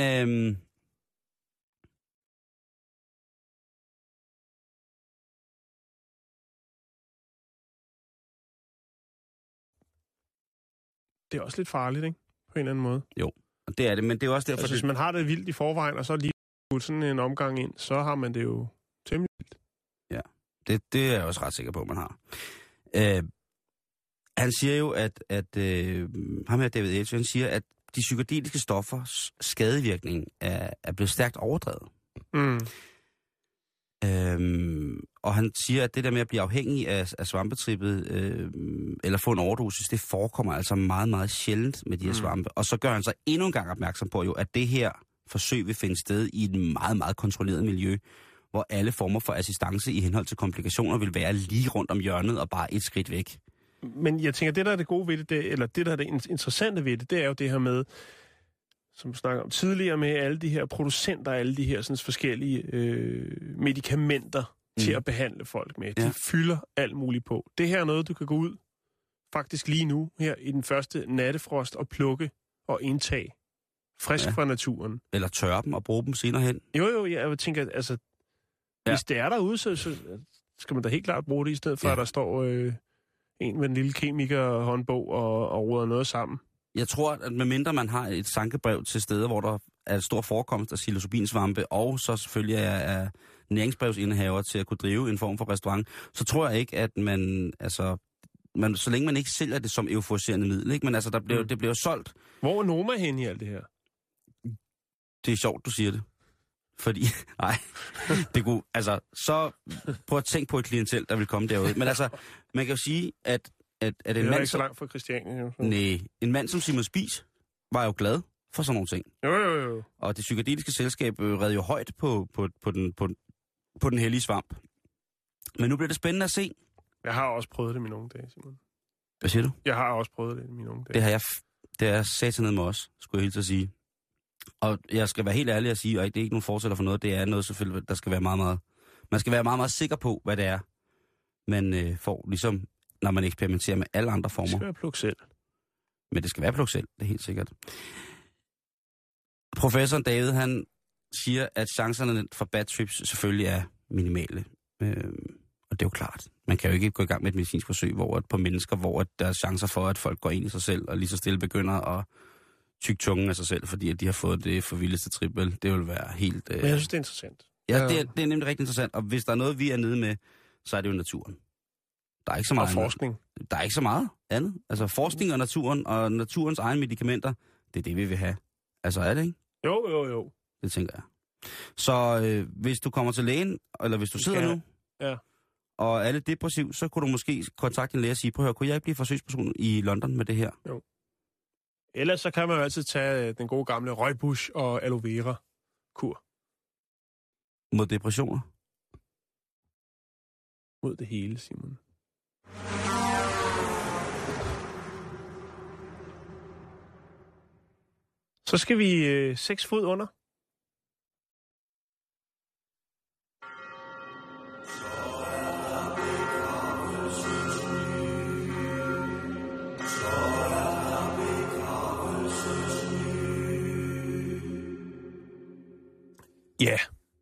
det er også lidt farligt, ikke? På en eller anden måde. Jo, det er det, men det er også derfor... Altså, hvis man har det vildt i forvejen, og så lige sådan en omgang ind, så har man det jo temmelig vildt. Ja, det er jeg også ret sikker på, at man har. Han siger jo, at ham her David Eritsø, han siger, at de psykedeliske stoffers skadevirkning er blevet stærkt overdrevet. Og han siger, at det der med at blive afhængig af svampetrippet, eller få en overdosis, det forekommer altså meget, meget sjældent med de her svampe. Og så gør han så endnu en gang opmærksom på, jo, at det her forsøg vil finde sted i et meget, meget kontrolleret miljø, hvor alle former for assistance i henhold til komplikationer vil være lige rundt om hjørnet og bare et skridt væk. Men jeg tænker, det der er det gode ved det, eller det der er det interessante ved det, det er jo det her med, som vi snakker om tidligere, med alle de her producenter, alle de her sådan, forskellige medicamenter til at behandle folk med. De fylder alt muligt på. Det her er noget, du kan gå ud faktisk lige nu, her i den første nattefrost, og plukke og indtage frisk fra naturen. Eller tørre dem og bruge dem senere hen. Jo, jeg tænker, altså, hvis det er derude, så skal man da helt klart bruge det, i stedet for, at der står en med en lille kemiker-håndbog og roder noget sammen. Jeg tror, at medmindre man har et sankebrev til steder, hvor der er et stor forekomst af psilocybinsvampe, og så selvfølgelig er næringsbrevsindehaver til at kunne drive en form for restaurant, så tror jeg ikke, at man, så længe man ikke sælger det som euforiserende middel, ikke? Men altså, det bliver solgt. Hvor er Noma henne i alt det her? Det er sjovt, du siger det. Fordi, nej, det kunne, altså, så prøv at tænke på et klientel, der vil komme derude. Men altså, man kan jo sige, at en det er mand ikke så langt fra Christiania. Nej, en mand som Simon Spies var jo glad for sådan nogle ting. Jo. Og det psykedeliske selskab red jo højt på den hellige svamp. Men nu bliver det spændende at se. Jeg har også prøvet det i mine unge dage, Simon. Hvad siger du? Jeg har også prøvet det i mine unge dage. Det har jeg satanet med os, skulle jeg helt til at sige. Og jeg skal være helt ærlig at sige, og det er ikke nogen fortsætter for noget, det er noget selvfølgelig, der skal være meget, meget... Man skal være meget, meget sikker på, hvad det er, man får, ligesom når man eksperimenterer med alle andre former. Det skal være pluk selv. Men det skal være pluk selv, det er helt sikkert. Professoren David, han siger, at chancerne for bad trips selvfølgelig er minimale. Og det er jo klart. Man kan jo ikke gå i gang med et medicinsk forsøg på mennesker, hvor der er chancer for, at folk går ind i sig selv, og lige så stille begynder at tykke tungen af sig selv, fordi at de har fået det for vildeste trippel. Det vil være helt... Men jeg synes, det er interessant. Ja, det er nemlig rigtig interessant. Og hvis der er noget, vi er nede med, så er det jo naturen. Der er ikke så meget og forskning. Der er ikke så meget andet. Altså forskning og naturen, og naturens egne medicamenter, det er det, vi vil have. Altså er det, ikke? Jo. Det tænker jeg. Så hvis du kommer til lægen, eller hvis du sidder nu, og er lidt depressiv, så kunne du måske kontakte en læge og sige, prøv at høre, kunne jeg ikke blive forsøgsperson i London med det her? Jo. Ellers så kan man jo altid tage den gode gamle røgbush og aloe vera kur. Mod depressioner? Mod det hele, Simon. Så skal vi 6 fod under. Ja.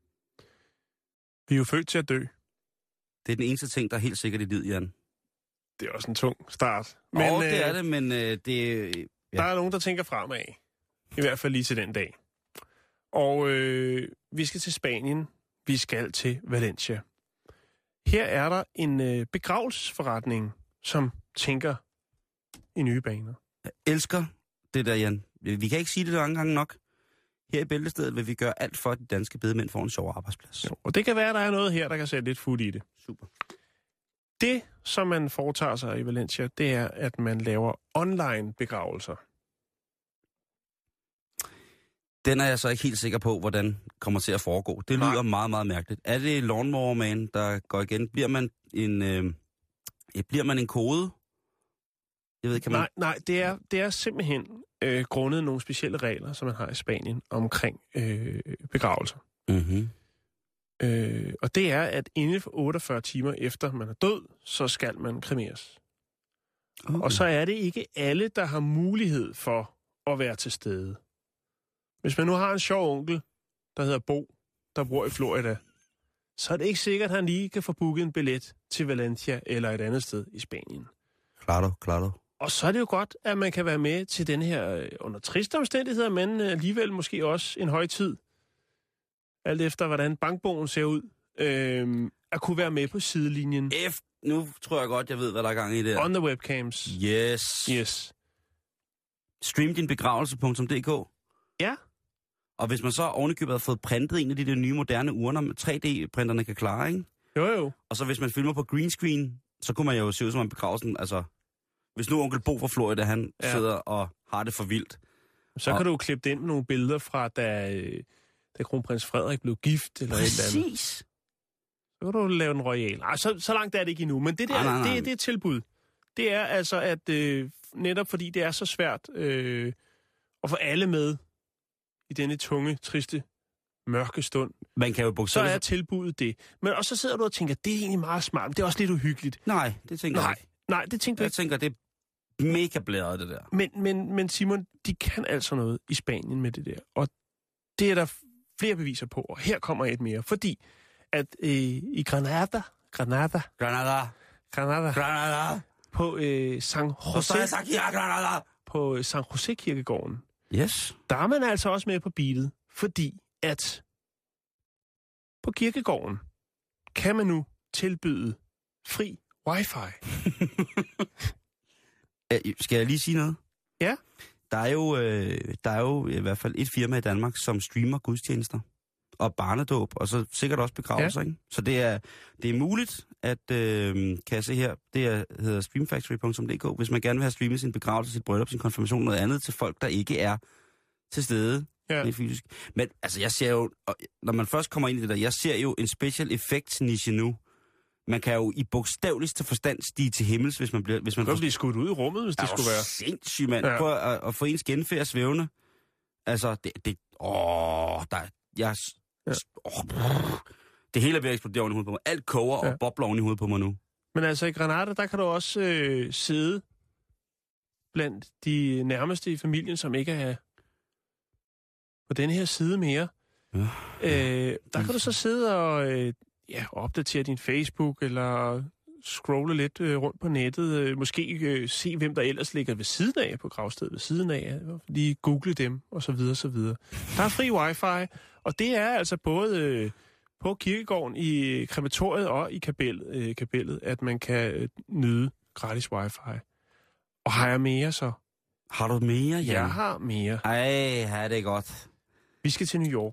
Vi er jo født til at dø. Det er den eneste ting, der er helt sikkert i livet, Jan. Det er også en tung start. Men, det er det, men det... Ja. Der er nogen, der tænker fremad. I hvert fald lige til den dag. Og vi skal til Spanien. Vi skal til Valencia. Her er der en begravelsesforretning, som tænker i nye baner. Jeg elsker det der, Jan. Vi kan ikke sige det mange gange nok. Her i Bæltestedet vil vi gøre alt for, at de danske bedemænd får en sjov arbejdsplads. Jo, og det kan være, at der er noget her, der kan sætte lidt fod i det. Super. Det, som man foretager sig i Valencia, det er, at man laver online begravelser. Den er jeg så ikke helt sikker på, hvordan kommer til at foregå. Det lyder meget, meget mærkeligt. Er det Lawnmower Man, der går igen? Bliver man en kode? Jeg ved, kan man... Nej, det er simpelthen grundet nogle specielle regler, som man har i Spanien omkring begravelser. Mm-hmm. Og det er, at inden for 48 timer efter man er død, så skal man kremeres. Okay. Og så er det ikke alle, der har mulighed for at være til stede. Hvis man nu har en sjov onkel, der hedder Bo, der bor i Florida, så er det ikke sikkert, at han lige kan få booket en billet til Valencia eller et andet sted i Spanien. Klart. Og så er det jo godt, at man kan være med til den her under triste omstændigheder, men alligevel måske også en højtid. Alt efter, hvordan bankbogen ser ud. At kunne være med på sidelinjen. Nu tror jeg godt, jeg ved, hvad der er gang i det. On the webcams. Yes. Streamdinbegravelse.dk. Ja. Og hvis man så ovenikøbet har fået printet en af de der nye moderne urner, 3D-printerne kan klare, ikke? Jo. Og så hvis man filmer på green screen, så kunne man jo se ud som en begravelse. Altså, hvis nu onkel Bo fra Florida, han sidder og har det for vildt. Så kan du jo klippe ind nogle billeder fra, da kronprins Frederik blev gift, eller et eller andet. Så kan du lave en royal. Så langt er det ikke endnu, men det der, nej. Det er et tilbud. Det er altså, at netop fordi det er så svært at få alle med i denne tunge, triste, mørke stund, man kan jo så er tilbuddet det. Men og så sidder du og tænker, det er egentlig meget smart, men det er også lidt uhyggeligt. Nej, det tænker jeg ikke. Nej, det tænker jeg ikke. Jeg tænker, det er mega blæret, det der. Men Simon, de kan altså noget i Spanien med det der. Og det er der flere beviser på, og her kommer et mere. Fordi at i Granada, på San Jose Kirkegården, Yes. der er man altså også med på beatet, fordi at på kirkegården kan man nu tilbyde fri wifi. Skal jeg lige sige noget? Ja. Der er jo i hvert fald et firma i Danmark, som streamer gudstjenester og barnedåb, og så sikkert også begravelser, ikke? Så det er muligt, at, kan jeg se her, hedder streamfactory.dk, hvis man gerne vil have streamet sin begravelse, sit bryllup, sin konfirmation, noget andet til folk, der ikke er til stede. Ja. Fysisk. Men altså, jeg ser jo, når man først kommer ind i det der, jeg ser jo en special effects niche nu. Man kan jo i bogstaveligste forstand stige til himmels, hvis man bliver... Man kan blive skudt ud i rummet, hvis det skulle være. Sindssygt, mand. Ja. Prøv at få ens genfærd svævende. Altså, det hele er ved at eksplodere oven i hovedet på mig. Alt koger og bobler oven i hovedet på mig nu. Men altså, i Granada, der kan du også sidde blandt de nærmeste i familien, som ikke er på den her side mere. Ja. Der kan du så sidde og opdatere din Facebook, eller scrolle lidt rundt på nettet. Måske se, hvem der ellers ligger ved siden af på gravstedet ved siden af. Lige google dem, og så videre, så videre. Der er fri wifi, og det er altså både på kirkegården, i krematoriet og i kapellet, at man kan nyde gratis wifi. Og har jeg mere så? Har du mere, Jan? Jeg har mere. Ej, har det godt. Vi skal til New York.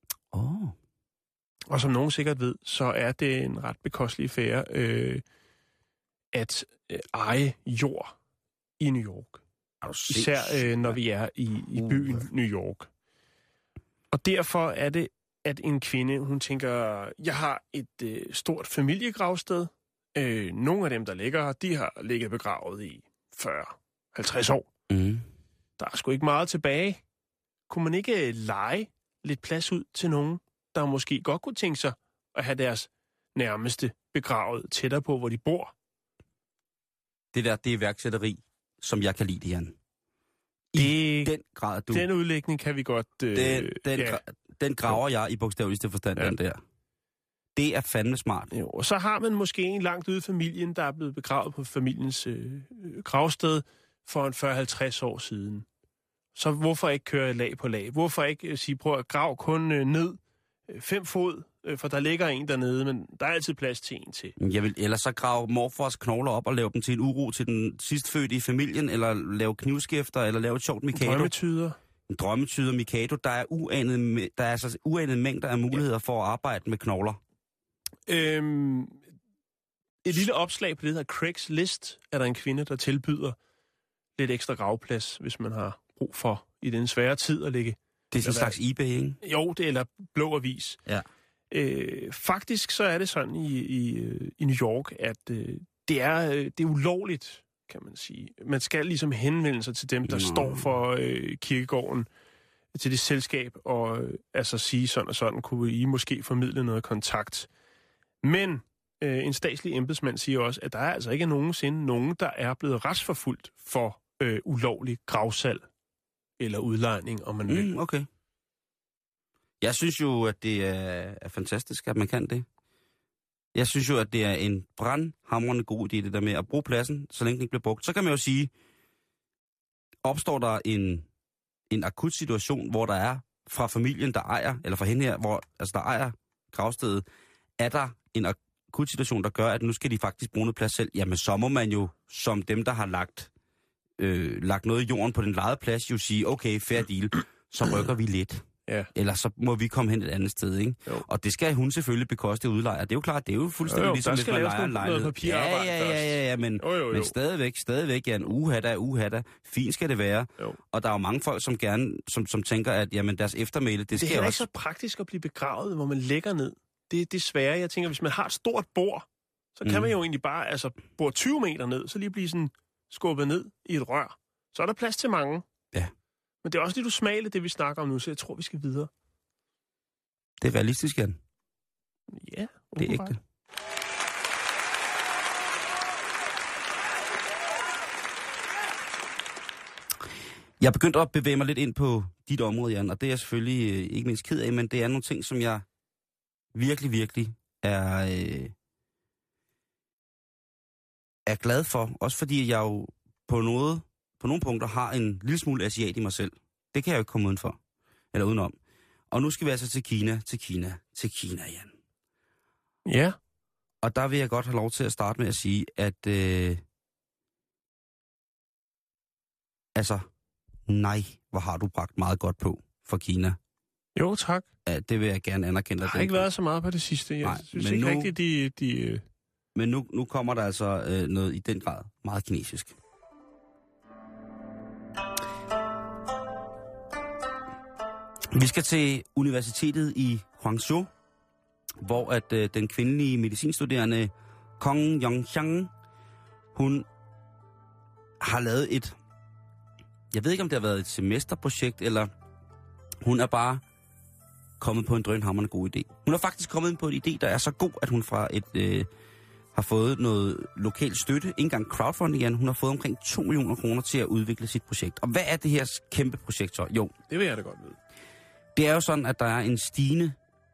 Og som nogen sikkert ved, så er det en ret bekostelig affære at eje jord i New York. Især når vi er i byen New York. Og derfor er det, at en kvinde, hun tænker, jeg har et stort familiegravsted. Nogle af dem, der ligger her, de har ligget begravet i 40-50 år. Mm. Der er sgu ikke meget tilbage. Kunne man ikke leje lidt plads ud til nogen, der måske godt kunne tænke sig at have deres nærmeste begravet tættere på, hvor de bor? Det er iværksætteri, som jeg kan lide det, Jan. I den grad, du... Den udlægning kan vi godt... Den graver jeg i bogstaveligste forstand, den der. Det er fandme smart. Jo, og så har man måske en langt ude i familien, der er blevet begravet på familiens gravsted for en 40-50 år siden. Så hvorfor ikke køre lag på lag? Hvorfor ikke sige, prøv at grave kun ned 5 fod, for der ligger en dernede, men der er altid plads til en til. Jeg vil ellers så grave morfars knogler op og lave dem til en uro til den sidstfødte i familien, eller lave knivskæfter, eller lave et sjovt mikado. En drømmetyder mikado. Der er uanede mængder af muligheder for at arbejde med knogler. Et lille opslag på det her Craigslist, er der en kvinde, der tilbyder lidt ekstra gravplads, hvis man har brug for i den svære tid at ligge. Det er sådan en slags eBay, ikke? Jo, det eller blå avis. Ja. Faktisk så er det sådan i New York, at det er ulovligt, kan man sige. Man skal ligesom henvende sig til dem, der står for kirkegården, til det selskab, og altså sige sådan og sådan, kunne I måske formidle noget kontakt. Men en statslig embedsmand siger også, at der er altså ikke nogensinde nogen, der er blevet retsforfulgt for ulovlig gravsalg eller udlejning, om man vil. Okay. Jeg synes jo, at det er fantastisk, at man kan det. Jeg synes jo, at det er en brandhamrende god idé, det der med at bruge pladsen, så længe den ikke bliver brugt. Så kan man jo sige, opstår der en akut situation, hvor der er fra familien, der ejer, eller fra hende her, der ejer gravstedet, er der en akut situation, der gør, at nu skal de faktisk bruge noget plads selv. Jamen, så må man jo, som dem, der har lagt noget i jorden på den lejede plads, jo sige, okay, fair deal, så rykker vi lidt. Ja. Eller så må vi komme hen et andet sted, ikke? Jo. Og det skal hun selvfølgelig bekoste udlejer. Det er jo klart, det er jo fuldstændig ligesom, hvis man lejer en lejlighed. Ja, men stadigvæk, ja, en uha da. Fint skal det være. Jo. Og der er jo mange folk, som tænker, at jamen, deres eftermæle, det skal også... Det er ikke så praktisk at blive begravet, hvor man lægger ned. Det er svære. Jeg tænker, hvis man har et stort bord, så kan man jo egentlig bare, bord 20 meter ned, så lige blive sådan skubbet ned i et rør. Så er der plads til mange. Ja. Men det er også lidt usmageligt, det vi snakker om nu, så jeg tror, vi skal videre. Det er realistisk, Jan. Ja, det er ægte. Jeg er begyndt at bevæge mig lidt ind på dit område, Jan, og det er jeg selvfølgelig ikke mindst ked af, men det er nogle ting, som jeg virkelig, virkelig er er glad for, også fordi jeg jo på nogle punkter har en lille smule asiat i mig selv. Det kan jeg jo ikke komme udenfor, eller udenom. Og nu skal vi altså til Kina, Jan. Ja. Og der vil jeg godt have lov til at starte med at sige, at nej, hvor har du bragt meget godt på for Kina. Jo, tak. Ja, det vil jeg gerne anerkende. Der har ikke været så meget på det sidste. Jeg synes ikke rigtigt, Men nu kommer der altså noget i den grad meget kinesisk. Vi skal til universitetet i Guangzhou, hvor at den kvindelige medicinstuderende Kong Yongxiang, hun har lavet et, jeg ved ikke om det har været et semesterprojekt, eller hun er bare kommet på en drønhamrende god idé. Hun er faktisk kommet på en idé, der er så god, at hun fra har fået noget lokal støtte, ikke engang crowdfunding igen. Hun har fået omkring 2 millioner kroner til at udvikle sit projekt. Og hvad er det her kæmpe projekt så? Jo, det vil jeg da godt vide. Det er jo sådan, at der er en stigende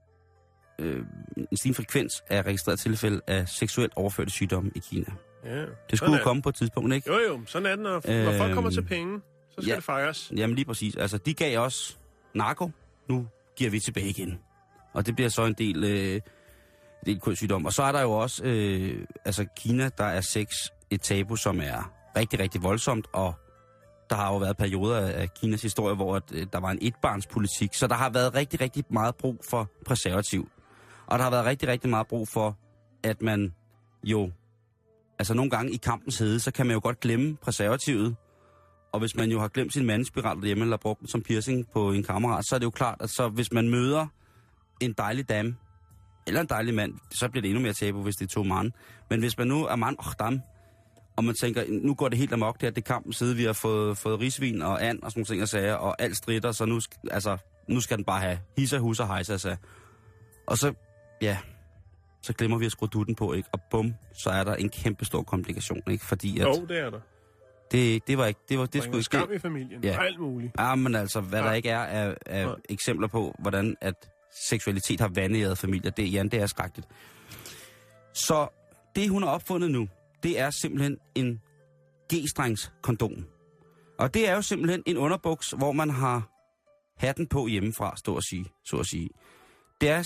frekvens af registreret tilfælde af seksuelt overførte sygdomme i Kina. Ja, det skulle jo komme på et tidspunkt, ikke? Jo, sådan er det, når folk kommer til penge, så skal det fejres. Jamen lige præcis. Altså, de gav os narko, nu giver vi tilbage igen. Og det bliver så en del kønssygdom. Og så er der jo også, Kina, der er sex et tabu, som er rigtig, rigtig voldsomt, og der har jo været perioder af Kinas historie, hvor der var en etbarnspolitik, så der har været rigtig, rigtig meget brug for præservativ. Og der har været rigtig, rigtig meget brug for, at man jo, altså nogle gange i kampens hede, så kan man jo godt glemme præservativet. Og hvis man jo har glemt sin mandespiral derhjemme, eller brugt den som piercing på en kammerat, så er det jo klart, at så hvis man møder en dejlig dame, eller en dejlig mand, så bliver det endnu mere tabu, hvis det er 2 mand. Men hvis man nu er mand, og man tænker, nu går det helt amok der, det kampens hede, vi har fået risvin og and og sådan nogle ting og sager, og alt stritter, så nu skal den bare have hisser, husser, hejser, så. Og så, ja, så glemmer vi at skrue dutten på, ikke? Og bum, så er der en kæmpe stor komplikation, ikke? Fordi at... Jo, det er der. Det var ikke... Det skulle skam i familien, ja. Alt muligt. Ja, men altså, hvad der ikke er af eksempler på, hvordan at seksualitet har vanderet familier, det er skrækkeligt. Så det, hun har opfundet nu, det er simpelthen en G-strengs-kondom. Og det er jo simpelthen en underbuks, hvor man har hatten på hjemmefra, så at sige. Det er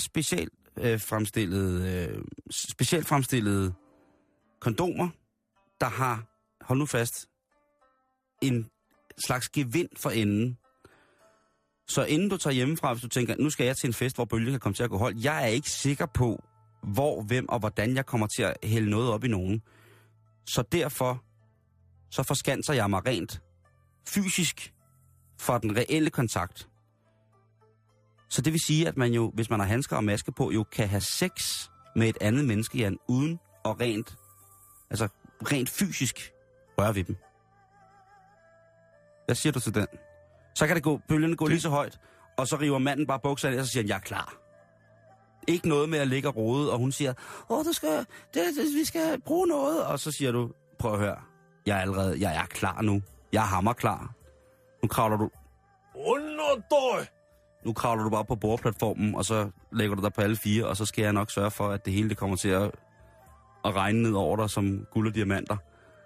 specielt fremstillede kondomer, der har, hold nu fast, en slags gevind for enden. Så inden du tager hjemmefra, hvis du tænker, nu skal jeg til en fest, hvor bølgen kan komme til at gå hold, jeg er ikke sikker på, hvor, hvem og hvordan jeg kommer til at hælde noget op i nogen. Så derfor, så forskanser jeg mig rent fysisk fra den reelle kontakt. Så det vil sige, at man jo, hvis man har handsker og maske på, jo kan have sex med et andet menneske, Jan, uden at rent fysisk røre ved dem. Hvad siger du til den? Så kan det bølgerne gå lige så højt, og så river manden bare bukserne af, og så siger han, jeg er klar. Ikke noget med at ligge og rode, og hun siger, vi skal bruge noget, og så siger du, prøv at høre, jeg er klar nu. Jeg er hammerklar. Nu kravler du... Nu kravler du bare på bordplatformen, og så lægger du dig på alle 4, og så skal jeg nok sørge for, at det hele det kommer til at regne ned over dig som guld og diamanter.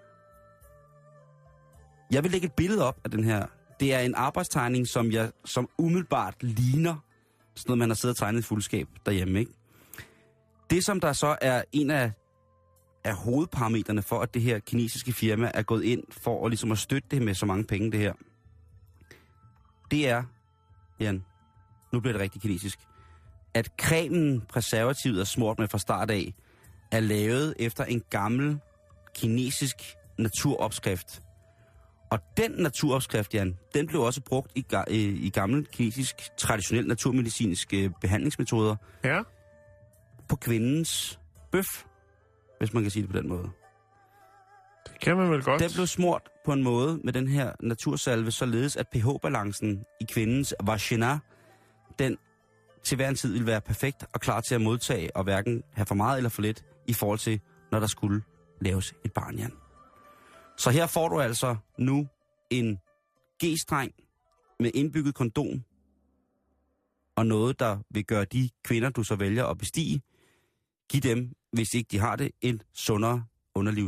Jeg vil lægge et billede op af den her. Det er en arbejdstegning, som umiddelbart ligner sådan noget, man har siddet og tegnet i fuldskab derhjemme, ikke? Det, som der så er en af hovedparametrene for, at det her kinesiske firma er gået ind for at støtte det med så mange penge, det her, det er, Jan, nu bliver det rigtig kinesisk, at cremen, præservativet er smurt med fra start af, er lavet efter en gammel kinesisk naturopskrift. Og den naturopskrift, Jan, den blev også brugt i gammel kinesisk, traditionel naturmedicinske behandlingsmetoder. Ja. På kvindens bøf, hvis man kan sige det på den måde. Det kan man vel godt. Den blev smurt på en måde med den her natursalve, således at pH-balancen i kvindens vagina, den til hver en tid ville være perfekt og klar til at modtage og hverken have for meget eller for lidt i forhold til, når der skulle laves et barn, Jan. Så her får du altså nu en G-streng med indbygget kondom, og noget, der vil gøre de kvinder, du så vælger at bestige, give dem, hvis ikke de har det, en sundere underlivsposition.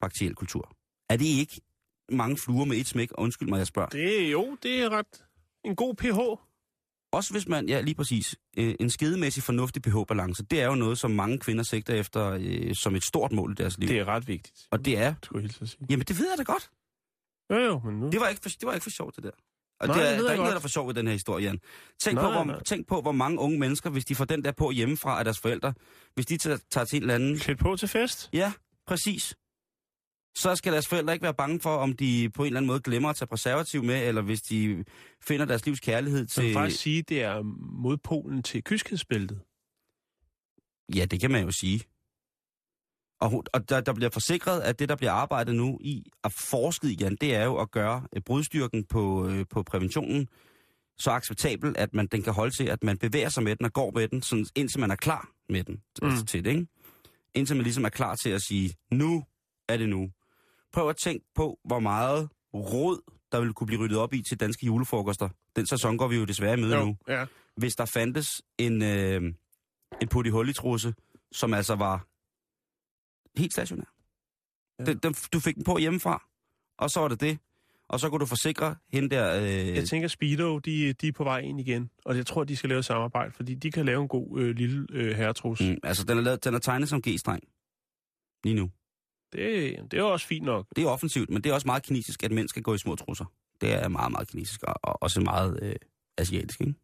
bakteriel kultur. Er det ikke mange fluer med et smæk? Undskyld mig, jeg spørger. Det er ret en god pH. Også hvis man, ja lige præcis, en skedemæssig fornuftig pH-balance, det er jo noget, som mange kvinder sigter efter som et stort mål i deres liv. Det er ret vigtigt. Og det er... Skulle jeg hilse at sige. Jamen det ved jeg da godt. Jo, men nu... Det var ikke for sjovt, det der. Og Nej, der det er ved jeg ikke noget, godt. der er for sjovt i den her historie, Jan. Nej. Tænk på, hvor mange unge mennesker, hvis de får den der på hjemmefra af deres forældre, hvis de tager til en eller anden... Klædt på til fest? Ja, præcis. Så skal deres forældre ikke være bange for, om de på en eller anden måde glemmer at tage preservativ med, eller hvis de finder deres livs kærlighed til... Man kan faktisk sige, at det er modpolen til kyskhedsbæltet. Ja, det kan man jo sige. Og der bliver forsikret, at det, der bliver arbejdet nu i at forske i, Jan, det er jo at gøre brudstyrken på præventionen så acceptabel, at den kan holde til, at man bevæger sig med den og går med den, sådan, indtil man er klar med den til det, ikke? Indtil man ligesom er klar til at sige, nu er det nu. Prøv at tænke på, hvor meget rod, der ville kunne blive ryddet op i til danske julefrokoster. Den sæson går vi jo desværre i møde nu. Ja. Hvis der fandtes en putti hulletrusse, som altså var helt stationær. Ja. Du fik den på hjemmefra, og så var det. Og så kunne du forsikre hende der... Jeg tænker, Speedo, de er på vej ind igen. Og jeg tror, de skal lave samarbejde, fordi de kan lave en god lille herretrus. Altså, den er tegnet som G-streng. Lige nu. Det er jo også fint nok. Det er offensivt, men det er også meget kinesisk, at mænd skal gå i små trusser. Det er meget, meget kinesisk, og også meget asiatisk, ikke?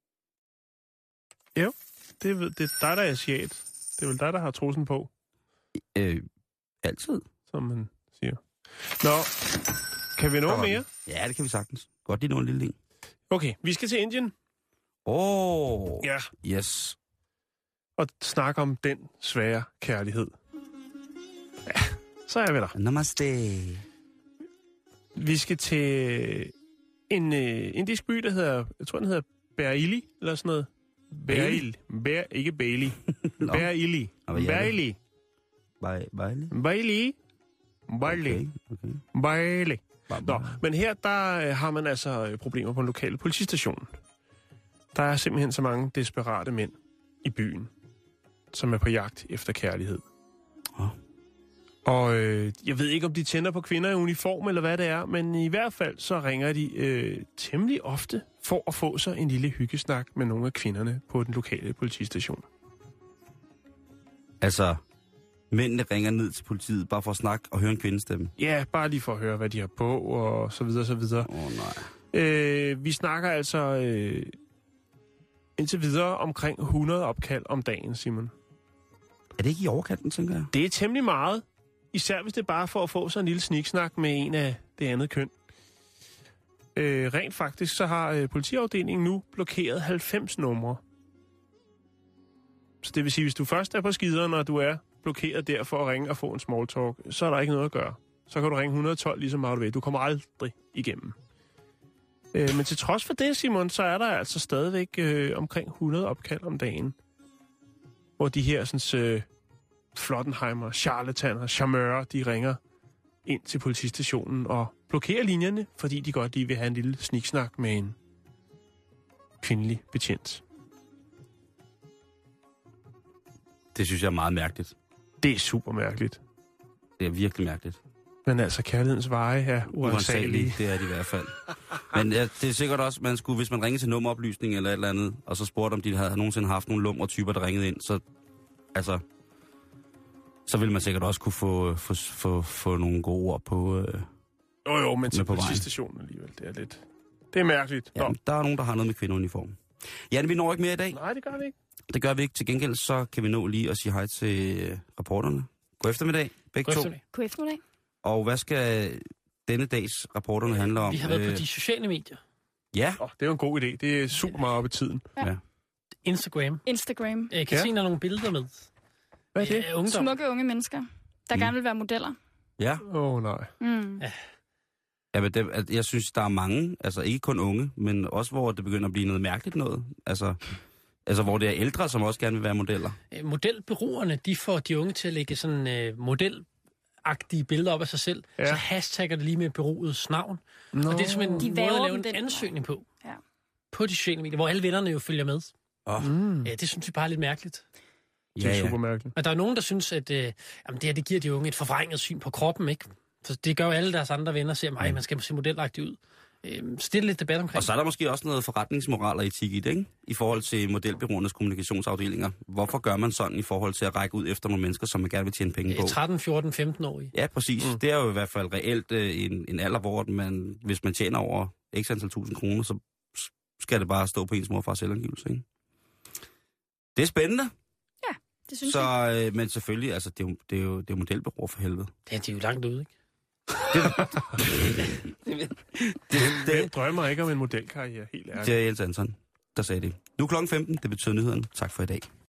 Jo, det er dig, der er asiat. Det er vel dig, der har trussen på. Altid. Som man siger. Nå, kan vi nå mere? Ja, det kan vi sagtens. Godt lige nå en lille ting. Okay, vi skal til Indien. Ja. Yes. Og snakke om den svære kærlighed. Ja, så er vi der. Namaste. Vi skal til en indisk by, der hedder, jeg tror, den hedder Bareilly, eller sådan noget. Bareilly. Ikke Bailey. Bareilly. Bareilly. Bareilly. Bareilly. Okay. Bareilly. Nå, men her, der har man altså problemer på en lokal politistation. Der er simpelthen så mange desperate mænd i byen, som er på jagt efter kærlighed. Og jeg ved ikke, om de tænder på kvinder i uniform, eller hvad det er, men i hvert fald så ringer de temmelig ofte for at få sig en lille hyggesnak med nogle af kvinderne på den lokale politistation. Altså, mændene ringer ned til politiet bare for at snakke og høre en kvindestemme? Ja, bare lige for at høre, hvad de har på, og så videre, så videre. Nej. Vi snakker altså indtil videre omkring 100 opkald om dagen, Simon. Er det ikke i overkanten, tænker jeg? Det er temmelig meget. Især hvis det er bare for at få sig en lille sniksnak med en af det andet køn. Rent faktisk så har politiafdelingen nu blokeret 90 numre. Så det vil sige, hvis du først er på skideren, og du er blokeret der for at ringe og få en small talk, så er der ikke noget at gøre. Så kan du ringe 112 ligesom meget du ved. Du kommer aldrig igennem. Men til trods for det, Simon, så er der altså stadigvæk omkring 100 opkald om dagen. Hvor de her sådan, flottenheimer, charlataner, charmører, de ringer ind til politistationen og blokerer linjerne, fordi de godt lige vil have en lille sniksnak med en kvindelig betjent. Det synes jeg er meget mærkeligt. Det er super mærkeligt. Det er virkelig mærkeligt. Men altså, kærlighedens veje er uansagelige. Det er det i hvert fald. Men ja, det er sikkert også, man skulle, hvis man ringede til nummeroplysning eller et eller andet, og så spurgte, om de havde nogensinde haft nogle lumre typer, der ringede ind, så ville man sikkert også kunne få nogle gode ord på Jo, men til på politistationen alligevel, det er mærkeligt. Ja, der er nogen, der har noget med kvindeuniform. Jan, vi når ikke mere i dag. Nej, det gør vi ikke. Det gør vi ikke. Til gengæld, så kan vi nå lige at sige hej til reporterne. God eftermiddag, begge to. God eftermiddag. Og hvad skal denne dags rapporterne handle om? Vi har været på de sociale medier. Ja. Det er jo en god idé. Det er super meget op i tiden. Ja. Instagram. Instagram. Katrine har nogle billeder med. Hvad er det? Ungdom. Smukke unge mennesker, der gerne vil være modeller. Ja. Nej. Ja, men jeg synes, der er mange, altså ikke kun unge, men også hvor det begynder at blive noget mærkeligt noget. Altså hvor det er ældre, som også gerne vil være modeller. Modelbureauerne, de får de unge til at lægge sådan modelagtige billeder op af sig selv. Ja. Så hashtagger det lige med bureauets navn. Og det er simpelthen en måde at lave en ansøgning på. Ja. På de sociale medier, hvor alle vennerne jo følger med. Ja, det synes vi bare er lidt mærkeligt. Det er super mærkeligt. Og der er nogen, der synes, at det giver de unge et forvrænget syn på kroppen, ikke? For det gør jo alle deres andre venner, siger, at man skal se modelagtigt ud. Så det er lidt debat omkring. Og så er der måske også noget forretningsmoral og etik i det, ikke? I forhold til modelbureauernes kommunikationsafdelinger. Hvorfor gør man sådan i forhold til at række ud efter nogle mennesker, som man gerne vil tjene penge på? 13, 14, 15-årige. Ja, præcis. Det er jo i hvert fald reelt en alder, hvor man, hvis man tjener over x antal 1000 kroner, så skal det bare stå på ens morfars selvangivelse, ikke? Det er spændende. Ja, det synes jeg. Men selvfølgelig, altså, det er jo modelbureauer for helvede. Ja, de er jo langt ude, ikke? Jeg drømmer ikke om en modelkarriere, helt ærligt. Det er Jens Anton, der sagde det. Nu er klokken 15, det betyder nyheden. Tak for i dag.